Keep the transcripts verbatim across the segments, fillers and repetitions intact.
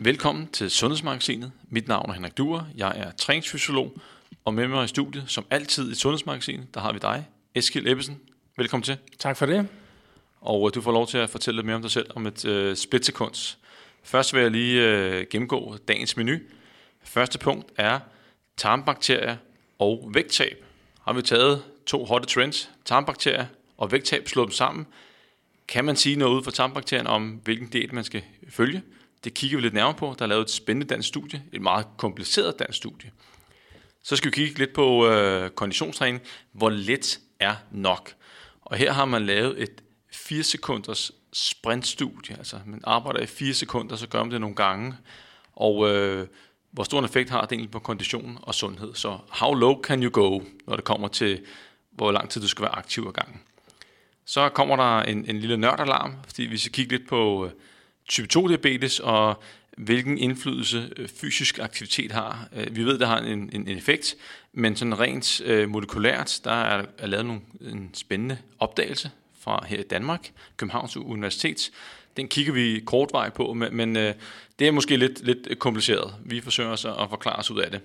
Velkommen til Sundhedsmagasinet. Mit navn er Henrik Duer. Jeg er træningsfysiolog, og med mig i studiet, som altid i Sundhedsmagasinet, der har vi dig, Eskild Ebbesen. Velkommen til. Tak for det. Og du får lov til at fortælle lidt mere om dig selv om et øh, splitsekund. Først vil jeg lige øh, gennemgå dagens menu. Første punkt er tarmbakterier og vægttab. Har vi taget to hotte trends, tarmbakterier og vægttab, slået dem sammen. Kan man sige noget ud fra tarmbakterien om, hvilken diæt man skal følge? Det kigger vi lidt nærmere på. Der er lavet et spændende dansk studie, et meget kompliceret dansk studie. Så skal vi kigge lidt på øh, konditionstræning. Hvor let er nok? Og her har man lavet et fire sekunders sprintstudie. Altså man arbejder i fire sekunder, så gør man det nogle gange. Og øh, hvor stor en effekt har det egentlig på kondition og sundhed? Så how low can you go, når det kommer til, hvor lang tid du skal være aktiv ad gangen? Så kommer der en, en lille nørdalarm, fordi vi skal kigge lidt på øh, type to diabetes og hvilken indflydelse øh, fysisk aktivitet har. Øh, vi ved, der har en, en, en effekt, men sådan rent øh, molekylært, der er, er lavet nogle, en spændende opdagelse fra her i Danmark, Københavns Universitet. Den kigger vi kort vej på, men, men øh, det er måske lidt, lidt kompliceret. Vi forsøger os at forklare os ud af det.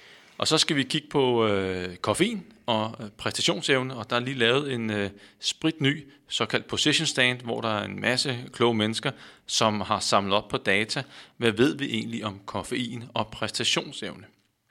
Og så skal vi kigge på øh, koffein og øh, præstationsevne, og der er lige lavet en øh, spritny såkaldt position stand, hvor der er en masse kloge mennesker, som har samlet op på data. Hvad ved vi egentlig om koffein og præstationsevne?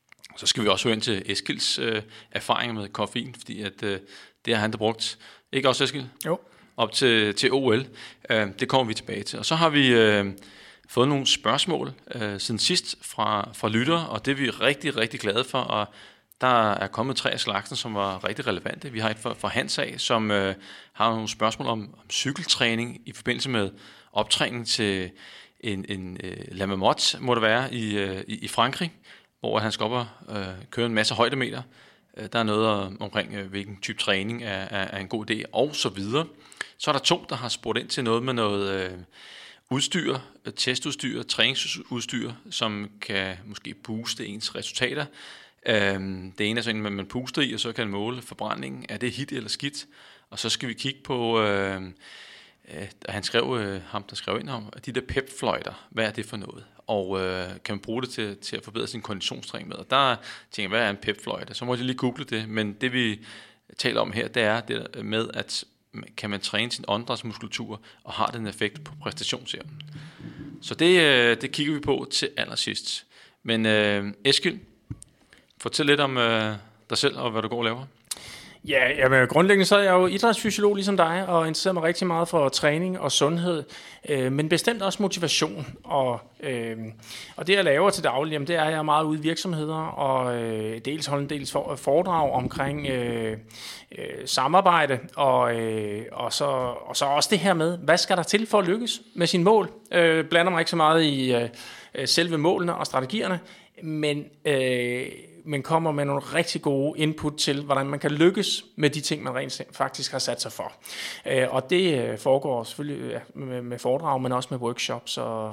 Så skal vi også høre ind til Eskilds øh, erfaringer med koffein, fordi at, øh, det har han da brugt. Ikke også, Eskild? Jo. Op til, til O L. Øh, det kommer vi tilbage til. Og så har vi øh, fået nogle spørgsmål øh, siden sidst fra, fra lyttere, og det er vi rigtig, rigtig glade for. Og der er kommet tre af slagsen, som var rigtig relevante. Vi har et fra, fra Hans af, som øh, har nogle spørgsmål om, om cykeltræning i forbindelse med optræning til en, en øh, La Marmotte, må det være, i, øh, i Frankrig, hvor han skal op og øh, køre en masse højdemeter. Der er noget omkring, hvilken type træning er, er, er en god idé, og så videre. Så er der to, der har spurgt ind til noget med noget øh, udstyr, testudstyr, træningsudstyr, som kan måske booste ens resultater. Øh, det ene er sådan, at man puster i, og så kan man måle forbrændingen. Er det hit eller skidt? Og så skal vi kigge på, øh, øh, han skrev, øh, ham der skrev ind om, de der pepfløjter, hvad er det for noget? Og øh, kan man bruge det til, til at forbedre sin konditionstræning med. Og der tænker jeg, hvad er en pepfløjte? Så må jeg lige google det, men det vi taler om her, det er det med, at kan man træne sin åndedrætsmuskulatur, og har den effekt på præstationsevnen. Så det, øh, det kigger vi på til allersidst. Men øh, Eskild, fortæl lidt om øh, dig selv, og hvad du går og laver. Ja, jamen, grundlæggende så er jeg jo idrætsfysiolog ligesom dig, og interesserer mig rigtig meget for træning og sundhed, øh, men bestemt også motivation. Og, øh, og det jeg laver til daglig, jamen, det er, at jeg er meget ude i virksomheder, og øh, dels holde en del for, foredrag omkring øh, øh, samarbejde, og, øh, og, så, og så også det her med, hvad skal der til for at lykkes med sine mål? Øh, blander mig ikke så meget i øh, selve målene og strategierne, men... Øh, men kommer med nogle rigtig gode input til, hvordan man kan lykkes med de ting, man rent faktisk har sat sig for. Og det foregår selvfølgelig med foredrag, men også med workshops og,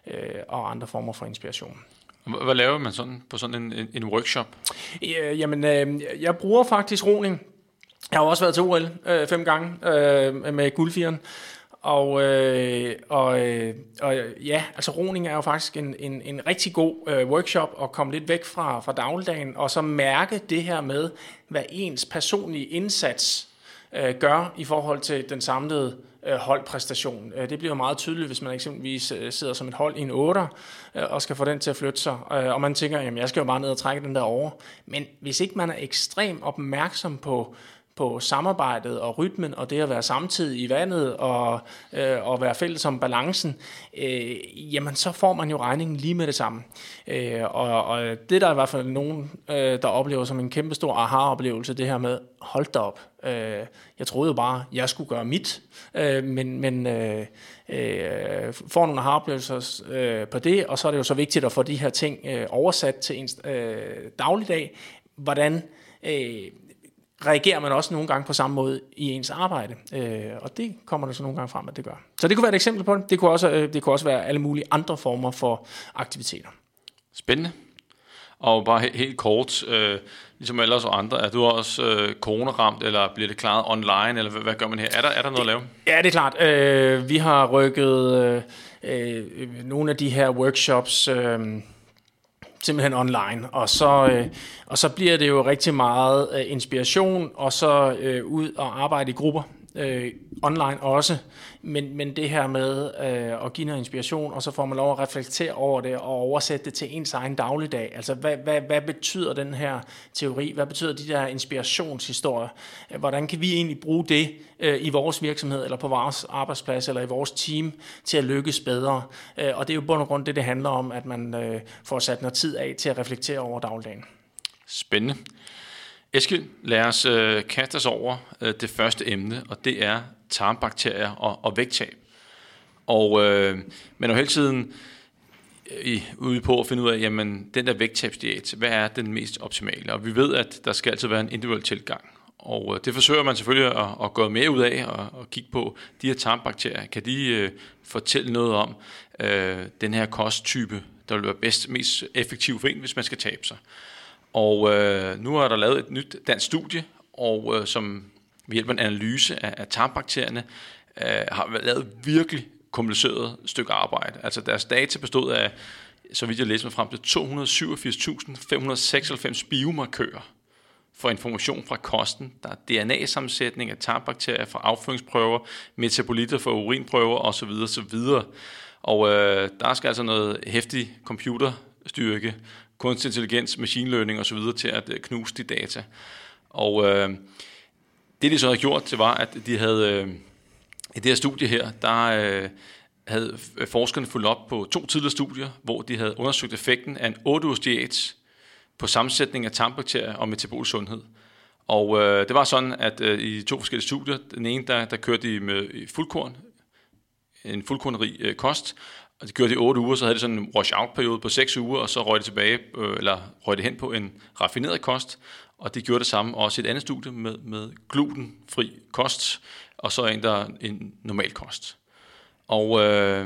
og andre former for inspiration. Hvad laver man sådan på sådan en, en workshop? Jamen, jeg bruger faktisk roning. Jeg har også været til O L øh, fem gange øh, med guldfireren. Og, øh, og, øh, og ja, altså roning er jo faktisk en, en, en rigtig god øh, workshop at komme lidt væk fra, fra dagligdagen, og så mærke det her med, hvad ens personlige indsats øh, gør i forhold til den samlede øh, holdpræstation. Øh, det bliver meget tydeligt, hvis man eksempelvis øh, sidder som et hold i en otter øh, og skal få den til at flytte sig, øh, og man tænker, jamen jeg skal jo bare ned og trække den der over. Men hvis ikke man er ekstremt opmærksom på på samarbejdet og rytmen, og det at være samtidig i vandet, og, øh, og være fælles om balancen, øh, jamen så får man jo regningen lige med det samme. Øh, og, og det der er i hvert fald nogen, øh, der oplever som en kæmpe stor aha-oplevelse, det her med, hold da op, øh, jeg troede jo bare, jeg skulle gøre mit, øh, men, men øh, øh, får nogle aha-oplevelser øh, på det, og så er det jo så vigtigt at få de her ting øh, oversat til ens øh, dagligdag. Hvordan øh, reagerer man også nogle gange på samme måde i ens arbejde, øh, og det kommer der så nogle gange frem, at det gør. Så det kunne være et eksempel på det. Det kunne også, øh, det kunne også være alle mulige andre former for aktiviteter. Spændende. Og bare he- helt kort, øh, ligesom ellers og andre, er du også øh, coronaramt, eller bliver det klaret online, eller hvad, hvad gør man her? Er der, er der noget at lave? Ja, det er klart. Øh, vi har rykket øh, øh, nogle af de her workshops øh, simpelthen online, og så, øh, og så bliver det jo rigtig meget øh, inspiration, og så øh, ud og arbejde i grupper. Øh, online også, men, men det her med øh, at give noget inspiration, og så får man lov at reflektere over det, og oversætte det til ens egen dagligdag. Altså, hvad, hvad, hvad betyder den her teori? Hvad betyder de der inspirationshistorier? Hvordan kan vi egentlig bruge det øh, i vores virksomhed, eller på vores arbejdsplads, eller i vores team, til at lykkes bedre? Øh, og det er jo bund og grund det, det handler om, at man øh, får sat noget tid af til at reflektere over dagligdagen. Spændende. Eskild, lad os øh, kaste os over øh, det første emne, og det er tarmbakterier og, og vægttab. Og øh, man er jo hele tiden øh, ude på at finde ud af, jamen den der vægttabsdiæt, hvad er den mest optimale? Og vi ved, at der skal altid være en individuel tilgang. Og øh, det forsøger man selvfølgelig at, at gå mere ud af og, og kigge på de her tarmbakterier. Kan de øh, fortælle noget om øh, den her kosttype, der vil være bedst, mest effektiv for en, hvis man skal tabe sig? Og øh, nu er der lavet et nyt dansk studie, og øh, som ved hjælp af en analyse af, af tarmbakterierne, øh, har lavet virkelig kompliceret stykke arbejde. Altså deres data bestod af, så vidt jeg læste mig frem til, to hundrede syvogfirs tusind fem hundrede seksoghalvfems biomarkører for information fra kosten. Der er D N A-sammensætning af tarmbakterier fra afføringsprøver, metabolitter fra urinprøver osv. osv. Og øh, der skal altså noget heftig computerstyrke, kunstig intelligens, machine learning osv. til at øh, knuse de data. Og øh, det de så havde gjort, det var, at de havde øh, i det her studie her, der øh, havde forskerne fulgt op på to tidligere studier, hvor de havde undersøgt effekten af en otte ugers diæt på sammensætning af tarmbakterier og metabolisk sundhed. Og øh, det var sådan, at øh, i to forskellige studier, den ene, der, der kørte de med fuldkorn, en fuldkornrig øh, kost, og de gjorde det i otte uger, så havde de sådan en wash-out-periode på seks uger, og så røg det tilbage, øh, eller røg det hen på en raffineret kost, og de gjorde det samme også i et andet studie med, med glutenfri kost, og så en, der en normal kost. Og øh,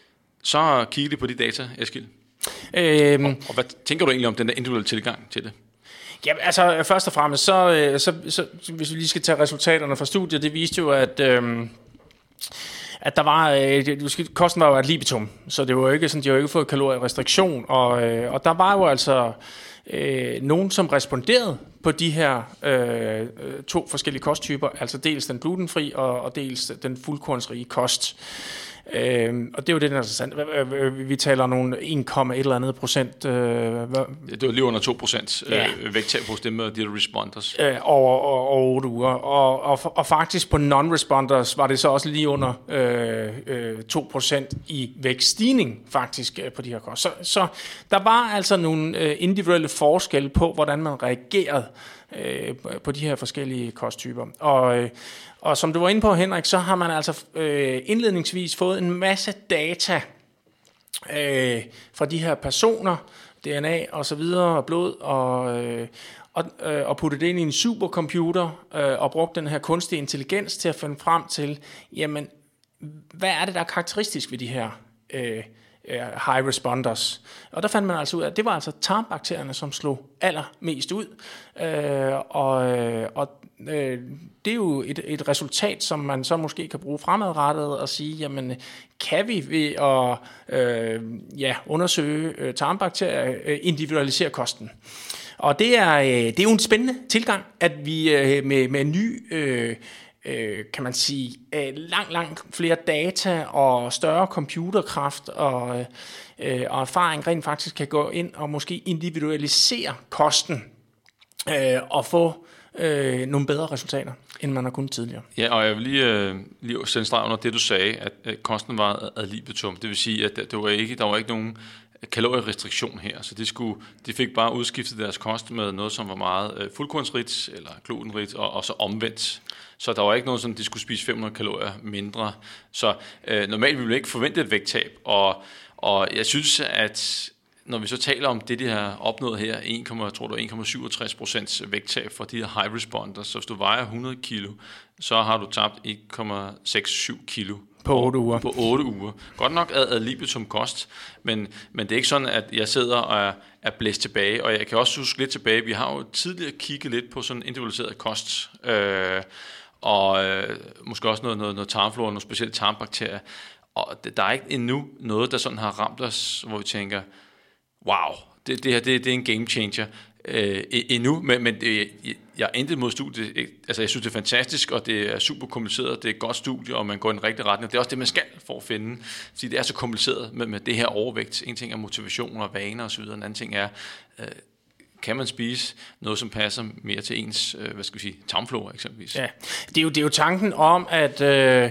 så kiggede de på de data, Eskild. Øhm, og, og hvad tænker du egentlig om den der individuelle tilgang til det? Ja, altså først og fremmest, så, så, så hvis vi lige skal tage resultaterne fra studiet, det viste jo, at... Øh, at der var, øh, kosten var jo ad libitum, så det var jo ikke sådan, de har jo ikke fået kalorierestriktion, og, øh, og der var jo altså øh, nogen, som responderede på de her øh, to forskellige kosttyper, altså dels den glutenfri og, og dels den fuldkornsrige kost. Øh, og det er jo det, der er interessant. Vi taler nogle en komma et eller andet procent. Øh, det var lige under to procent ja. øh, vægttab hos dem med de responders. Øh, over, over, over otte uger. Og, og, og faktisk på non-responders var det så også lige under øh, øh, to procent i vægtstigning faktisk øh, på de her kost. Så, så der var altså nogle øh, individuelle forskelle på, hvordan man reagerede øh, på de her forskellige kosttyper. Og øh, Og som du var inde på, Henrik, så har man altså øh, indledningsvis fået en masse data øh, fra de her personer, D N A og så videre, og blod, og, øh, og, øh, og puttet det ind i en supercomputer øh, og brugt den her kunstige intelligens til at finde frem til, jamen, hvad er det, der er karakteristisk ved de her øh, high responders. Og der fandt man altså ud af, at det var altså tarmbakterierne, som slog allermest ud. Øh, og og øh, det er jo et, et resultat, som man så måske kan bruge fremadrettet og sige, jamen, kan vi ved at øh, ja, undersøge øh, tarmbakterier, øh, individualisere kosten? Og det er, øh, det er jo en spændende tilgang, at vi øh, med, med ny... Øh, kan man sige, langt, langt flere data og større computerkraft og, øh, og erfaring rent faktisk kan gå ind og måske individualisere kosten øh, og få øh, nogle bedre resultater, end man har kunnet tidligere. Ja, og jeg vil lige, øh, lige sende streg under det, du sagde, at øh, kosten var ad libitum. Det vil sige, at det var ikke, der var ikke nogen kalorierestriktion her, så de, skulle, de fik bare udskiftet deres kost med noget, som var meget øh, fuldkornsrigt eller glutenrigt, og, og så omvendt. Så der var ikke noget, som de skulle spise fem hundrede kalorier mindre. Så øh, normalt ville vi ikke forvente et vægttab, og, og jeg synes, at når vi så taler om det, de har opnået her, en komma syvogtres procent vægttab for de her high responders, så hvis du vejer hundrede kilo, så har du tabt en komma syvogtres kilo På otte uger. På otte uger. Godt nok ad, ad libitum kost, men, men det er ikke sådan, at jeg sidder og er, er blæst tilbage. Og jeg kan også huske lidt tilbage, vi har jo tidligere kigget lidt på sådan individualiseret kost, øh, og øh, måske også noget, noget, noget tarmflora, nogle specielle tarmbakterier. Og det, der er ikke endnu noget, der sådan har ramt os, hvor vi tænker, wow, det, det her det, det er en game changer. Øh, endnu, men, men det, jeg er intet mod studiet. Altså, jeg synes, det er fantastisk, og det er super kompliceret. Det er et godt studie, og man går i den rigtige retning. Det er også det, man skal for at finde, fordi det er så kompliceret med, med det her overvægt. En ting er motivation og vaner osv., en anden ting er, øh, kan man spise noget, som passer mere til ens, øh, hvad skal vi sige, tarmflora eksempelvis. Ja, det er jo, det er jo tanken om, at... Øh,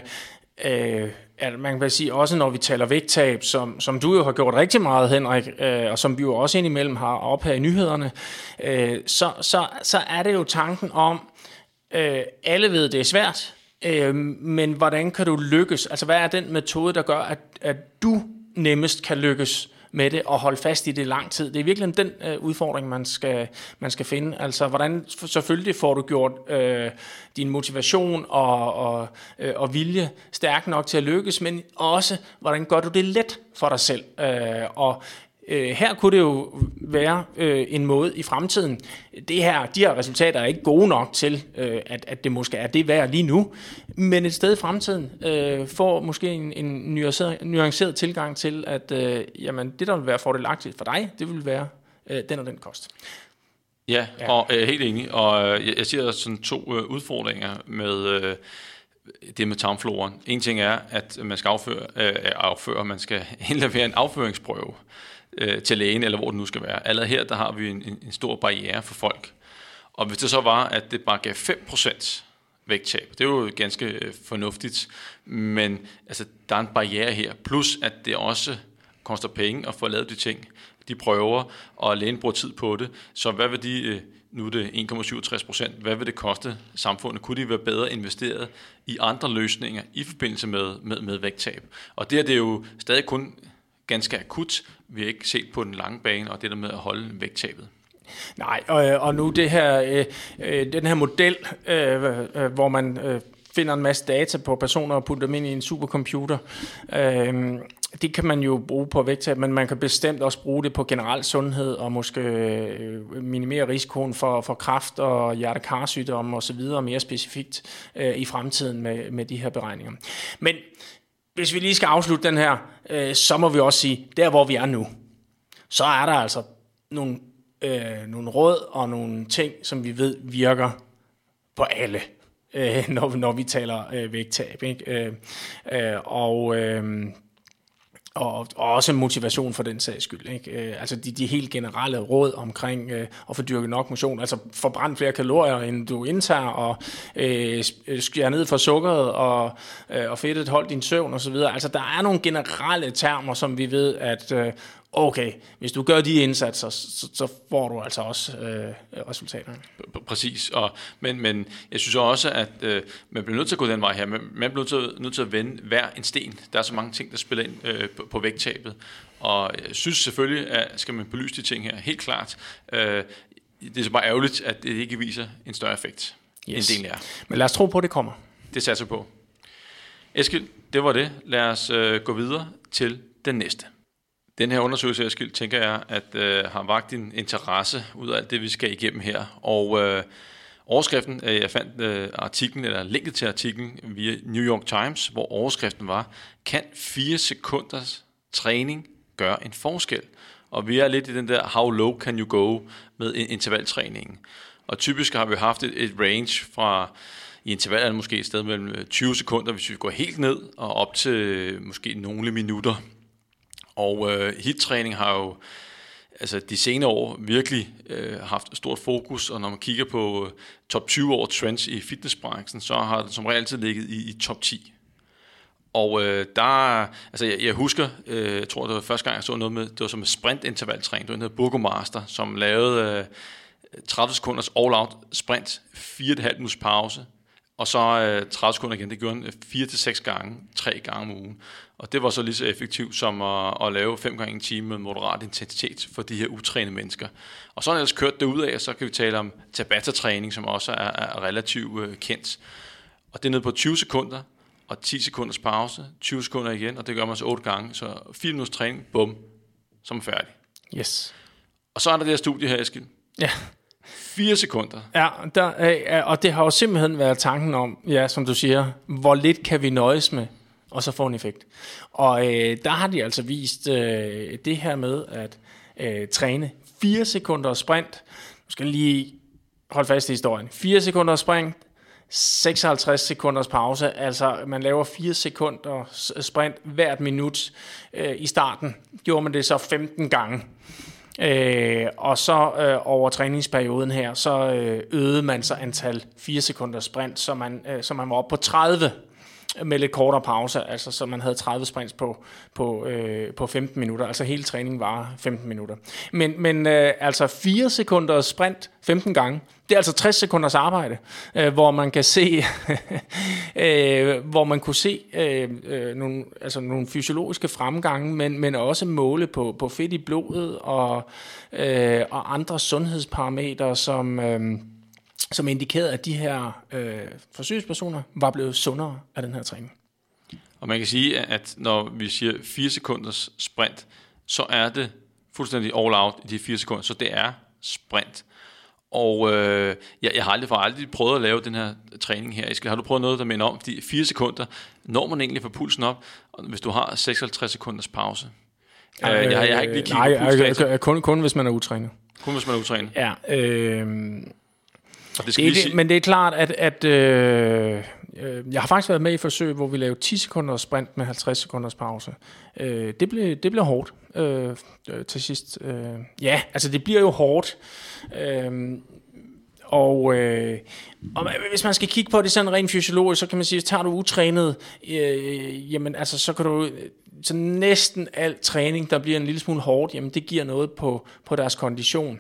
øh, at man kan sige, også når vi taler vægttab, som, som du jo har gjort rigtig meget, Henrik, øh, og som vi jo også indimellem har op her i nyhederne, øh, så, så, så er det jo tanken om, øh, alle ved, det er svært, øh, men hvordan kan du lykkes? Altså, hvad er den metode, der gør, at, at du nemmest kan lykkes med det og holde fast i det i lang tid? Det er virkelig den øh, udfordring, man skal, man skal finde. Altså, hvordan selvfølgelig får du gjort øh, din motivation og, og, øh, og vilje stærk nok til at lykkes, men også, hvordan gør du det let for dig selv? Øh, og øh, her kunne det jo være øh, en måde i fremtiden. Det her, de her resultater er ikke gode nok til, øh, at, at det måske er det værd lige nu, men et sted i fremtiden øh, får måske en, en nuanceret, nuanceret tilgang til, at øh, jamen, det, der vil være fordelagtigt for dig, det vil være øh, den og den kost. Ja, ja. og øh, helt enig. Og øh, jeg, jeg siger sådan to øh, udfordringer med øh, det med tarmfloren. En ting er, at man skal afføre, øh, afføre man skal indlevere en afføringsprøve øh, til lægen, eller hvor det nu skal være. Allerede her, der har vi en, en, en stor barriere for folk. Og hvis det så var, at det bare gav fem procent vægttab, det er jo ganske øh, fornuftigt, men altså, der er en barriere her. Plus, at det også koster penge at få lavet de ting, de prøver, og lægen bruger tid på det. Så hvad vil de, nu er det en komma syvogtres procent, hvad vil det koste samfundet? Kunne de være bedre investeret i andre løsninger i forbindelse med, med, med vægttab? Og det er det jo stadig kun ganske akut. Vi har ikke set på den lange bane, og det der med at holde vægttabet. Nej, og, og nu det her, øh, den her model, øh, øh, hvor man øh, finder en masse data på personer og putter dem ind i en supercomputer, øh, det kan man jo bruge på vægttab, men man kan bestemt også bruge det på generel sundhed og måske minimere risikoen for, for kræft og hjerte-karsygdomme osv. mere specifikt øh, i fremtiden med, med de her beregninger. Men hvis vi lige skal afslutte den her, øh, så må vi også sige, der hvor vi er nu, så er der altså nogle, øh, nogle råd og nogle ting, som vi ved virker på alle, øh, når, når vi taler øh, vægttab. Ikke? Øh, øh, og... Øh, Og, og også motivation for den sags skyld. Ikke? Øh, altså de, de helt generelle råd omkring øh, at få dyrket nok motion, altså forbrænde flere kalorier, end du indtager, og øh, skære ned for sukkeret, og, øh, og fedtet, hold din søvn osv. Altså der er nogle generelle termer, som vi ved, at øh, okay, hvis du gør de indsatser, så, så får du altså også øh, resultater. Præcis, og, men, men jeg synes også, at øh, man bliver nødt til at gå den vej her. Man, man bliver nødt til, nødt til at vende hver en sten. Der er så mange ting, der spiller ind øh, på, på vægttabet, og jeg synes selvfølgelig, at skal man belyse de ting her, helt klart. Øh, det er så bare ærgerligt, at det ikke viser en større effekt, yes. end det er. Men lad os tro på, at det kommer. Det satser på. Eskild, det var det. Lad os øh, gå videre til den næste. Den her undersøgelse, Eskild, tænker jeg, at øh, har vakt din interesse ud af alt det, vi skal igennem her. Og øh, overskriften, øh, jeg fandt øh, artiklen, eller linket til artiklen via New York Times, hvor overskriften var, kan fire sekunders træning gøre en forskel? Og vi er lidt i den der, how low can you go med intervaltræningen. Og typisk har vi haft et, et range fra, i intervallet måske et sted mellem tyve sekunder, hvis vi går helt ned, og op til måske nogle minutter. Og øh, HIIT-træning har jo altså de senere år virkelig øh, haft stort fokus, og når man kigger på øh, top tyve år trends i fitnessbranchen, så har det som regel altid ligget i, i top ti. Og øh, der, altså jeg, jeg husker, øh, jeg tror det var første gang jeg så noget med, det var som en sprintintervaltræning, det var en hedder Burgomaster, som lavede øh, tredive sekunders all-out sprint, fire komma fem minutters pause, og så øh, tredive sekunder igen. Det gjorde han fire til seks gange, tre gange om ugen. Og det var så lige så effektivt som at, at lave fem gange en time med moderat intensitet for de her utrænede mennesker. Og så har han ellers kørt det ud af, og så kan vi tale om Tabata-træning, som også er, er relativt øh, kendt. Og det er nede på tyve sekunder, og ti sekunders pause, tyve sekunder igen, og det gør man så otte gange, så fire minutters træning, bum, så er man færdig. Yes. Og så er der det her studie her, Eskild. Ja. Fire sekunder. Ja, der, og det har jo simpelthen været tanken om, ja, som du siger, hvor lidt kan vi nøjes med, og så få en effekt. Og øh, der har de altså vist øh, det her med at øh, træne fire sekunder sprint. Nu skal lige holde fast i historien. fire sekunder sprint, seksoghalvtreds sekunders pause, altså man laver fire sekunder sprint hvert minut. Øh, I starten gjorde man det så femten gange. Øh, og så øh, over træningsperioden her, så øh, øgede man så antal fire sekunders sprint, så man, øh, så man var oppe på tredive med lidt kortere pause, altså så man havde tredive sprints på, på, øh, på femten minutter, altså hele træningen var femten minutter. Men, men øh, altså fire sekunders sprint femten gange, det er altså tres sekunders arbejde, øh, hvor man kan se, øh, hvor man kunne se øh, øh, nogle, altså nogle fysiologiske fremgange, men, men også måle på, på fedt i blodet og, øh, og andre sundhedsparametre, som øh, som indikerede, at de her øh, forsøgspersoner var blevet sundere af den her træning. Og man kan sige, at når vi siger fire sekunders sprint, så er det fuldstændig all out i de fire sekunder, så det er sprint. Og øh, jeg, jeg har aldrig, for aldrig prøvet at lave den her træning her. Eskild, har du prøvet noget, der minder om? Fordi fire sekunder, når man egentlig får pulsen op, hvis du har seksoghalvtreds sekunders pause. Øh, jeg, jeg, jeg har ikke lige kigget nej, på pulsdata. Nej, kun, kun hvis man er utrænet. Kun hvis man er utrænet? Ja, øh... Det det det, sige. Men det er klart, at, at øh, øh, jeg har faktisk været med i forsøg, hvor vi lavede ti sekunders sprint med halvtreds sekunders pause. Øh, det, blev, det blev hårdt øh, til sidst. Øh, ja, altså det bliver jo hårdt. Øh, og, øh, og hvis man skal kigge på det sådan rent fysiologisk, så kan man sige, at tager du utrænet, øh, jamen altså så kan du... Så næsten al træning, der bliver en lille smule hårdt, jamen det giver noget på, på deres kondition.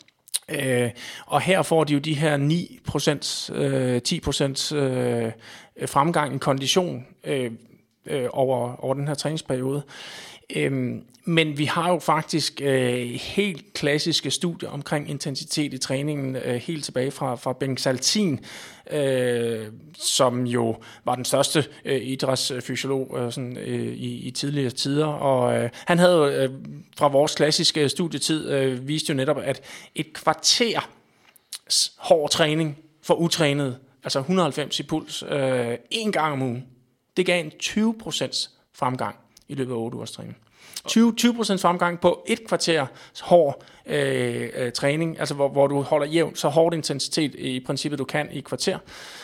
Øh, og her får de jo de her ni procent, øh, ti procent øh, fremgang i kondition øh, øh, over, over den her træningsperiode. Øh, men vi har jo faktisk øh, helt klassiske studier omkring intensitet i træningen, øh, helt tilbage fra, fra Bengt Saltin, øh, som jo var den største øh, idrætsfysiolog øh, sådan, øh, i, i tidligere tider. Og øh, han havde øh, fra vores klassiske studietid øh, vist jo netop, at et kvarter hård træning for utrænet, altså et hundrede og halvfems i puls, øh, en gang om ugen, det gav en tyve procent fremgang i løbet af otte ugers træning. tyve procent fremgang på et kvarter hård øh, øh, træning, altså hvor, hvor du holder jævnt, så hård intensitet i princippet du kan i et kvarter.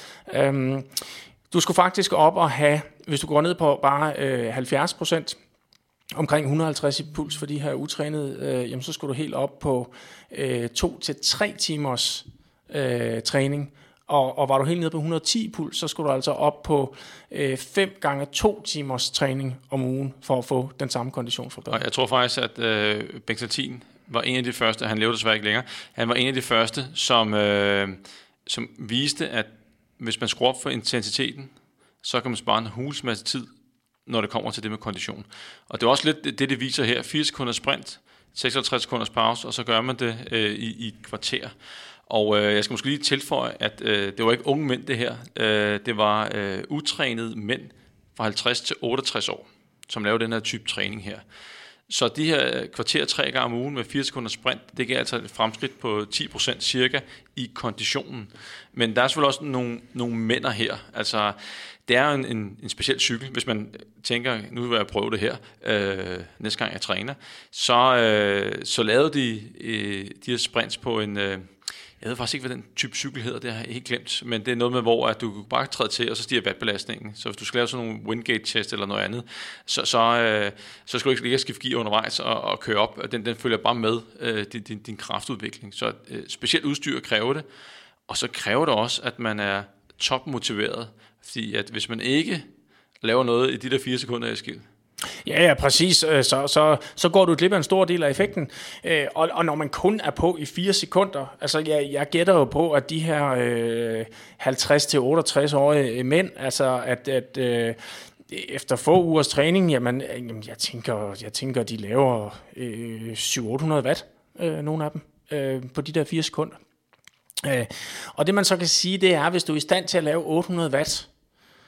Øhm, du skulle faktisk op og have, hvis du går ned på bare øh, halvfjerds procent, omkring et hundrede og halvtreds i puls for de her utrænede, øh, jamen så skulle du helt op på øh, to til tre timers øh, træning. Og, og var du helt nede på et hundrede og ti puls, så skulle du altså op på øh, fem gange to timers træning om ugen, for at få den samme konditionsforbedring. Og jeg tror faktisk, at øh, Bengt Saltin var en af de første, han levede desværre ikke længere, han var en af de første, som, øh, som viste, at hvis man skruer op for intensiteten, så kan man spare en hulens masse tid, når det kommer til det med kondition. Og det er også lidt det, det viser her. fire sekunders sprint, seksoghalvtreds sekunders pause, og så gør man det øh, i, i et kvarter. Og øh, jeg skal måske lige tilføje, at øh, det var ikke unge mænd det her. Øh, det var øh, utrænede mænd fra halvtreds til otteogtres år, som lavede den her type træning her. Så de her kvarter tre gange om ugen med fire sekunders sprint, det giver altså et fremskridt på ti procent cirka i konditionen. Men der er selvfølgelig også nogle, nogle mænder her. Altså, det er en, en, en speciel cykel. Hvis man tænker, nu vil jeg prøve det her, øh, næste gang jeg træner, så, øh, så lavede de øh, de her sprints på en... Øh, Jeg ved faktisk ikke, hvad den type cykel hedder, det har jeg helt glemt, men det er noget med, hvor at du bare træder til, og så stiger wattbelastningen. Så hvis du skal lave sådan nogle Wingate-test eller noget andet, så, så, øh, så skal du ikke ligge og skifte gear undervejs og, og køre op. Den, den følger bare med øh, din, din, din kraftudvikling. Så øh, specielt udstyr kræver det, og så kræver det også, at man er topmotiveret. Fordi at hvis man ikke laver noget i de der fire sekunder, jeg skidt, Ja, ja, præcis. Så, så, så går du glip af en stor del af effekten. Og, og når man kun er på i fire sekunder, altså jeg, jeg gætter jo på, at de her øh, halvtreds til otteogtres-årige mænd, altså at, at øh, efter få ugers træning, jamen, jamen jeg tænker, jeg tænker, de laver øh, syv til otte hundrede watt, øh, nogle af dem, øh, på de der fire sekunder. Øh, og det man så kan sige, det er, hvis du er i stand til at lave otte hundrede watt,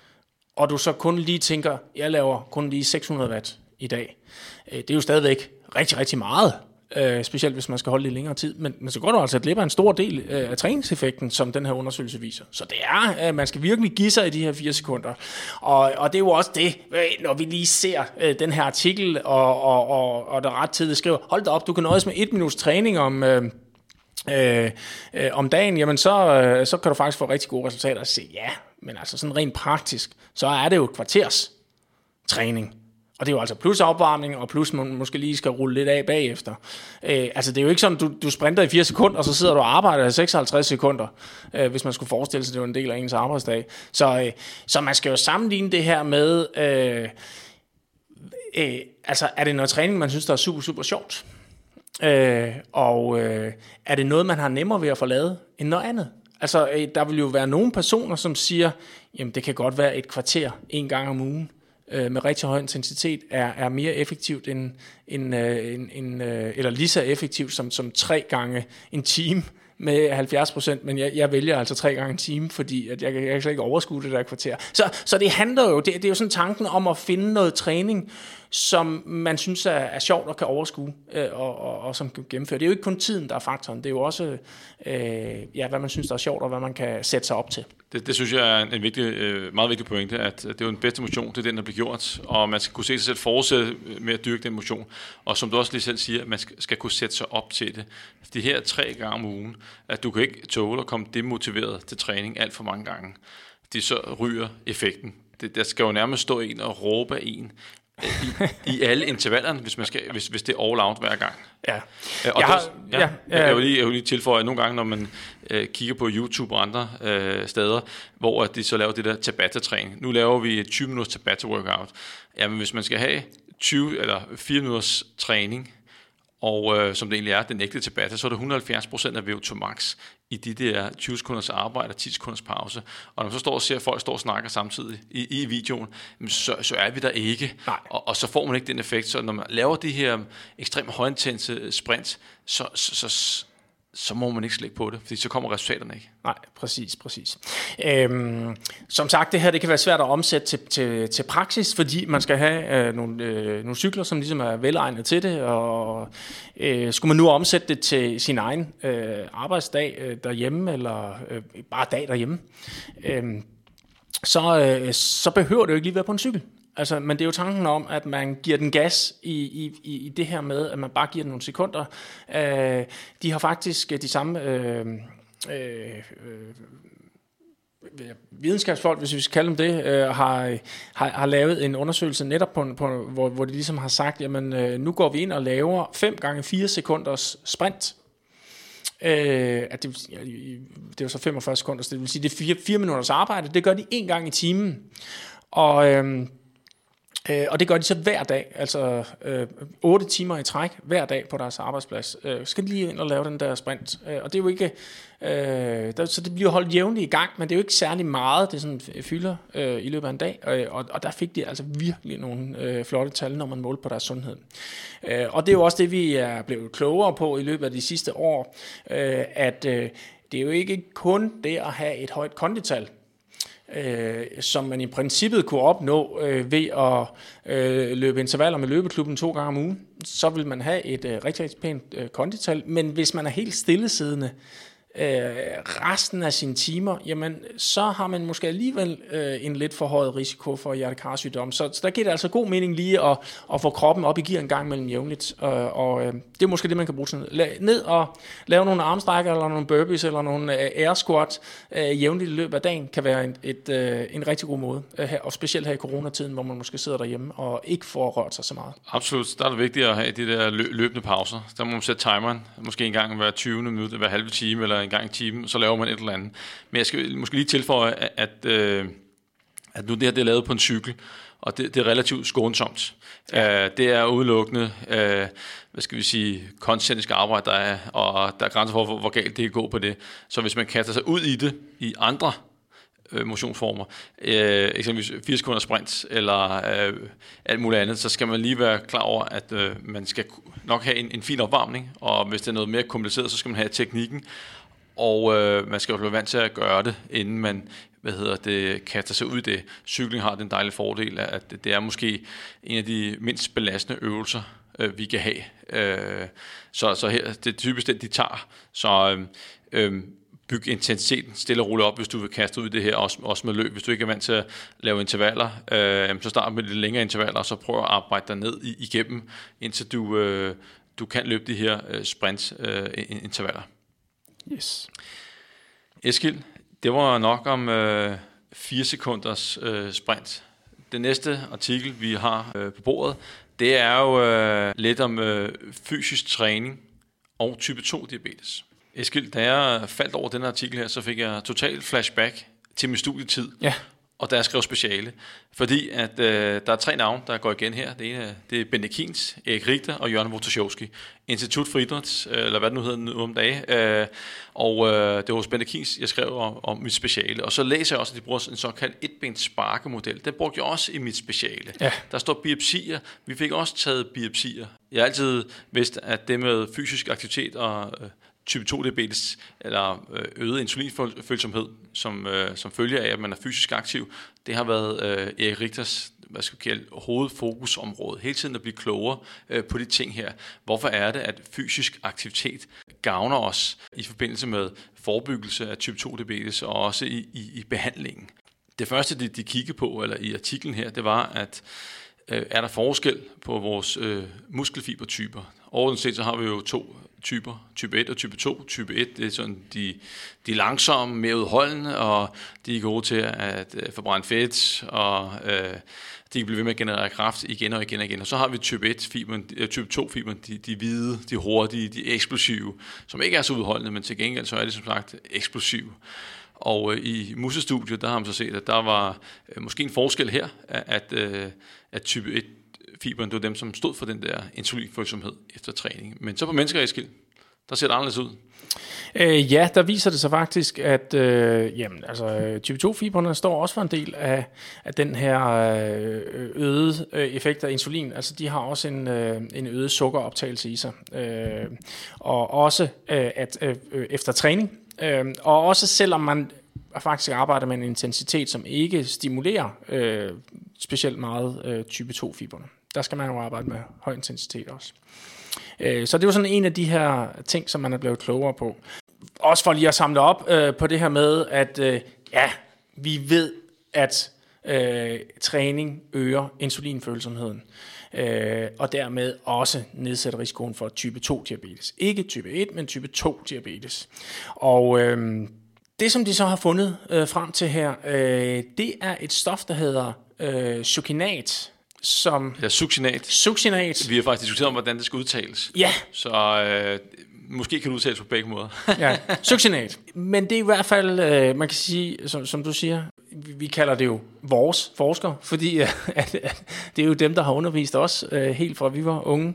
og du så kun lige tænker, jeg laver kun lige seks hundrede watt i dag, øh, det er jo stadigvæk rigtig, rigtig meget. Øh, specielt hvis man skal holde det i længere tid, men, men så går du altså glip af en stor del øh, af træningseffekten, som den her undersøgelse viser. Så det er, at man skal virkelig give sig i de her fire sekunder. Og, og det er jo også det, når vi lige ser øh, den her artikel, og, og, og, og der ret tidligt skriver, hold da op, du kan nøjes med et minuts træning om, øh, øh, øh, om dagen, jamen så, øh, så kan du faktisk få rigtig gode resultater. Og se, ja, men altså sådan rent praktisk, så er det jo et kvarters træning. Og det er jo altså plus opvarmning, og plus man måske lige skal rulle lidt af bagefter. Øh, altså det er jo ikke sådan, du, du sprinter i fire sekunder, og så sidder du og arbejder i seksoghalvtreds sekunder, øh, hvis man skulle forestille sig, det var en del af ens arbejdsdag. Så, øh, så man skal jo sammenligne det her med, øh, øh, altså er det noget træning, man synes, der er super, super sjovt? Øh, og øh, er det noget, man har nemmere ved at få lavet end noget andet? Altså øh, der vil jo være nogle personer, som siger, jamen det kan godt være et kvarter en gang om ugen, med rigtig høj intensitet, er, er mere effektivt end, end, end, end, eller lige så effektivt som, som tre gange en time med halvfjerds procent, men jeg, jeg vælger altså tre gange en time, fordi at jeg, jeg kan slet ikke overskue det der kvarter. Så, så det handler jo, det, det er jo sådan tanken om at finde noget træning, som man synes er, er sjovt og kan overskue, øh, og, og, og som kan gennemføre. Det er jo ikke kun tiden, der er faktoren, det er jo også, øh, ja, hvad man synes, der er sjovt, og hvad man kan sætte sig op til. Det, det synes jeg er en vigtig, øh, meget vigtig pointe, at det er jo den bedste motion, det er den, der bliver gjort, og man skal kunne se sig selv fortsætte med at dyrke den motion. Og som du også lige selv siger, man skal, skal kunne sætte sig op til det. De her tre gange om ugen, at du kan ikke tåle at komme demotiveret til træning alt for mange gange. De så ryger effekten. Det, der skal jo nærmest stå en og råbe af en, I, i alle intervallerne, hvis, man skal, hvis, hvis det er all out hver gang. Ja. Og jeg, det, har, ja, ja, ja, jeg, vil lige, jeg vil lige tilføje, at nogle gange, når man øh, kigger på YouTube og andre øh, steder, hvor de så laver det der Tabata-træning. Nu laver vi tyve minutters Tabata-workout. Jamen, hvis man skal have tyve eller fire minutters træning, og øh, som det egentlig er, den ægte Tabata, så er det et hundrede og halvfjerds procent af V O to max i de der tyve sekunders arbejde og ti sekunders pause. Og når man så står og ser, at folk står og snakker samtidig i, i videoen, så, så er vi der ikke. Og, og så får man ikke den effekt. Så når man laver de her ekstremt højintense sprints, så, så, så, så må man ikke slække på det, fordi så kommer resultaterne ikke. Nej, præcis, præcis. Øhm, som sagt, det her det kan være svært at omsætte til, til, til praksis, fordi man skal have øh, nogle, øh, nogle cykler, som ligesom er velegnet til det, og øh, skulle man nu omsætte det til sin egen øh, arbejdsdag øh, derhjemme, eller øh, bare dag derhjemme, øh, så, øh, så behøver det jo ikke lige være på en cykel. Altså, men det er jo tanken om, at man giver den gas i, i, i det her med, at man bare giver den nogle sekunder. Øh, de har faktisk de samme øh, øh, øh, videnskabsfolk, hvis vi skal kalde dem det, øh, har, har, har lavet en undersøgelse netop, på, på, hvor, hvor de ligesom har sagt, jamen øh, nu går vi ind og laver fem gange fire sekunders sprint. Øh, at det, ja, det er jo så femogfyrre sekunder, så det vil sige, det er fire, fire minutters arbejde. Det gør de en gang i timen. Og... Øh, Øh, og det gør de så hver dag, altså øh, otte timer i træk hver dag på deres arbejdsplads. Øh, skal de lige ind og lave den der sprint. Øh, og det er jo ikke, øh, der, så det bliver holdt jævnligt i gang, men det er jo ikke særlig meget, det sådan fylder øh, i løbet af en dag. Øh, og, og der fik de altså virkelig nogle øh, flotte tal, når man målte på deres sundhed. Øh, og det er jo også det, vi er blevet klogere på i løbet af de sidste år, øh, at øh, det er jo ikke kun det at have et højt kondital, Øh, som man i princippet kunne opnå øh, ved at øh, løbe intervaller med løbeklubben to gange om ugen, så vil man have et øh, rigtig, rigtig pænt øh, kondital. Men hvis man er helt stillesiddende øh, resten af sine timer, jamen så har man måske alligevel øh, en lidt forhøjet risiko for hjertekarsygdom. Så, så der giver det altså god mening lige at, at få kroppen op i gear en gang mellem jævnligt. Øh, og øh, det er måske det, man kan bruge sådan ned og lave nogle armstrækker, eller nogle burpees, eller nogle øh, air squat øh, jævnligt i løbet af dagen, kan være en, et, øh, en rigtig god måde. Øh, og specielt her i coronatiden, hvor man måske sidder derhjemme og ikke får rørt sig så meget. Absolut. Der er det vigtigt at have de der lø- løbende pauser. Der må man sætte timeren, måske en gang hver tyvende minut, hver halve time, eller en gang i timen, så laver man et eller andet. Men jeg skal måske lige tilføje, at, at, øh, at nu det her det er lavet på en cykel, og det, det er relativt skånsomt. Ja. Uh, det er udelukkende, uh, hvad skal vi sige, koncentrisk arbejde, der er, og der er grænser for, hvor, hvor galt det kan gå på det. Så hvis man kaster sig ud i det, i andre uh, motionsformer, uh, eksempelvis fire sekunder sprint, eller uh, alt muligt andet, så skal man lige være klar over, at uh, man skal nok have en, en fin opvarmning, og hvis det er noget mere kompliceret, så skal man have teknikken, og øh, man skal jo være vant til at gøre det, inden man hvad hedder det, kaster sig ud i det. Cykling har den dejlige fordel, at det er måske en af de mindst belastende øvelser, øh, vi kan have. Øh, så, så her, det er typisk det, de tager. Så øh, øh, byg intensiteten stille og roligt op, hvis du vil kaste ud i det her, også, også med løb. Hvis du ikke er vant til at lave intervaller, øh, så start med lidt længere intervaller, og så prøv at arbejde dig ned i, igennem, indtil du, øh, du kan løbe de her øh, sprint-intervaller. Øh, yes. Eskild, det var nok om øh, fire sekunders øh, sprint. Den næste artikel, vi har øh, på bordet, det er jo øh, lidt om øh, fysisk træning og type to diabetes. Eskild, da jeg faldt over den artikel her, så fik jeg total flashback til min studietid, ja. Og da jeg skrev speciale. Fordi at, øh, der er tre navne, der går igen her. Det ene det er Bente Kienz, Erik Richter og Jørgen Wojciechowski. Institut for Idræt, eller hvad det nu hedder nu om dagen. Øh, og øh, det var hos Bente Kienz, jeg skrev om, om mit speciale. Og så læser jeg også, at de bruger en såkaldt etbent sparkemodel. Den brugte jeg også i mit speciale. Ja. Der står biopsier. Vi fik også taget biopsier. Jeg har altid vidst, at det med fysisk aktivitet og øh, type to diabetes, eller øget insulinfølsomhed, som, øh, som følger af, at man er fysisk aktiv, det har været øh, Erik Richters, hvad skal vi kalde, hovedfokusområde. Hele tiden at blive klogere øh, på de ting her. Hvorfor er det, at fysisk aktivitet gavner os i forbindelse med forebyggelse af type to diabetes, og også i, i, i behandlingen? Det første, de, de kiggede på, eller i artiklen her, det var, at øh, er der forskel på vores øh, muskelfibertyper? Overordnet set, så har vi jo to typer, type et og type to. Type et, det er sådan de, de langsomme, mere udholdende, og de er gode til at øh, forbrænde fedt, og øh, de kan blive ved med at generere kraft igen og igen og igen. Og så har vi type et-fiberen, øh, type to-fiberen, de, de hvide, de hurtige, de eksplosive, som ikke er så udholdende, men til gengæld så er de som sagt eksplosive. Og øh, i musestudiet, der har man så set, at der var øh, måske en forskel her, at, øh, at type et fiberen, det var dem, som stod for den der insulinfølsomhed efter træning. Men så på mennesker, Eskild, der ser det anderledes ud. Øh, ja, der viser det sig faktisk, at øh, jamen, altså, type to-fiberne står også for en del af, af den her øh, øgede øh, effekt af insulin. Altså, de har også en, øh, en øget sukkeroptagelse i sig. Øh, og også øh, at øh, efter træning. Øh, og også selvom man faktisk arbejder med en intensitet, som ikke stimulerer øh, specielt meget øh, type to-fiberne. Der skal man jo arbejde med høj intensitet også. Øh, så det er jo sådan en af de her ting, som man er blevet klogere på. Også for lige at samle op øh, på det her med, at øh, ja, vi ved, at øh, træning øger insulinfølsomheden. Øh, og dermed også nedsætter risikoen for type to diabetes. Ikke type et, men type to diabetes. Og øh, det, som de så har fundet øh, frem til her, øh, det er et stof, der hedder øh, succinat. Som ja, succinat. Succinat. Vi har faktisk diskuteret om, hvordan det skal udtales. Ja. Så øh, måske kan det udtales på begge måder. Ja, succinat. Men det er i hvert fald, øh, man kan sige, som, som du siger, vi, vi kalder det jo vores forskere, fordi at, at, at det er jo dem, der har undervist os øh, helt fra vi var unge.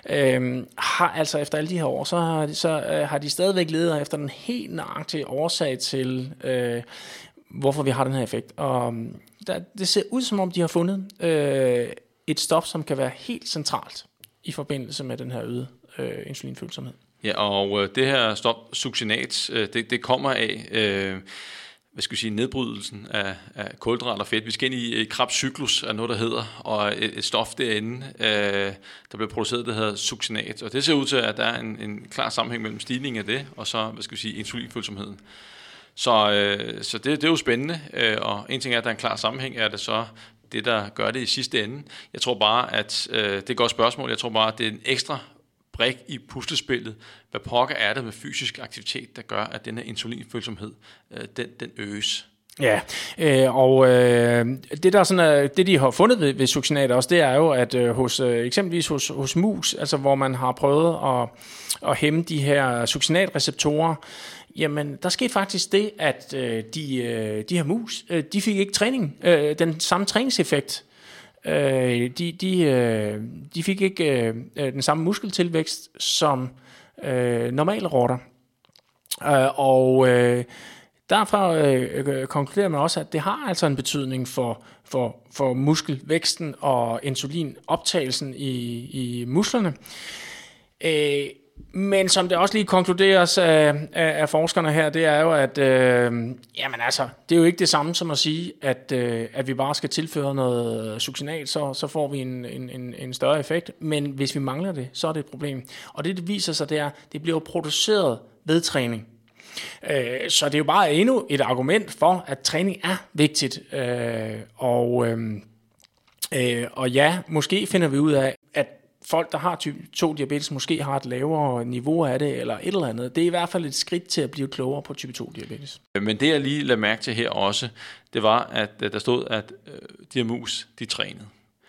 Øh, har altså efter alle de her år, så har de, så, øh, har de stadigvæk ledet efter den helt nøjagtige årsag til, øh, hvorfor vi har den her effekt. Og der, det ser ud som om, de har fundet øh, et stof, som kan være helt centralt i forbindelse med den her øgede øh, insulinfølsomhed. Ja, og øh, det her stof, succinat, øh, det, det kommer af, øh, hvad skal vi sige, nedbrydelsen af, af kulhydrater og fedt. Vi skal ind i Krebs cyklus, er noget, der hedder, og et, et stof derinde, øh, der bliver produceret, der hedder succinat. Og det ser ud til, at der er en, en klar sammenhæng mellem stigningen af det, og så, hvad skal vi sige, insulinfølsomheden. Så, øh, så det, det er jo spændende, øh, og en ting er, at der er en klar sammenhæng, er det så det, der gør det i sidste ende. Jeg tror bare, at øh, det er et godt spørgsmål, jeg tror bare, at det er en ekstra brik i puslespillet. Hvad pokker er det med fysisk aktivitet, der gør, at den her insulinfølsomhed, øh, den, den øges? Ja, øh, og øh, det der sådan, øh, det de har fundet ved, ved succinat også, det er jo, at øh, hos øh, eksempelvis hos, hos mus, altså hvor man har prøvet at, at hæmme de her succinatreceptorer, jamen der skete faktisk det, at øh, de, øh, de her mus, øh, de fik ikke træning, øh, den samme træningseffekt. Øh, de, de, øh, de fik ikke øh, den samme muskeltilvækst som øh, normale rotter. Øh, og øh, Derfor øh, konkluderer man også, at det har altså en betydning for, for, for muskelvæksten og insulinoptagelsen i, i musklerne. Øh, Men som det også lige konkluderes af, af, af forskerne her, det er jo, at øh, jamen altså, det er jo ikke det samme som at sige, at, øh, at vi bare skal tilføre noget succinat, så, så får vi en, en, en, en større effekt. Men hvis vi mangler det, så er det et problem. Og det, det viser sig, det er, det bliver produceret ved træning. Øh, så det er jo bare endnu et argument for, at træning er vigtigt. Øh, og, øh, øh, og ja, måske finder vi ud af, at folk, der har type to diabetes, måske har et lavere niveau af det, eller et eller andet. Det er i hvert fald et skridt til at blive klogere på type to diabetes. Men det, jeg lige lagde mærke til her også, det var, at der stod, at øh, de her mus, de trænede.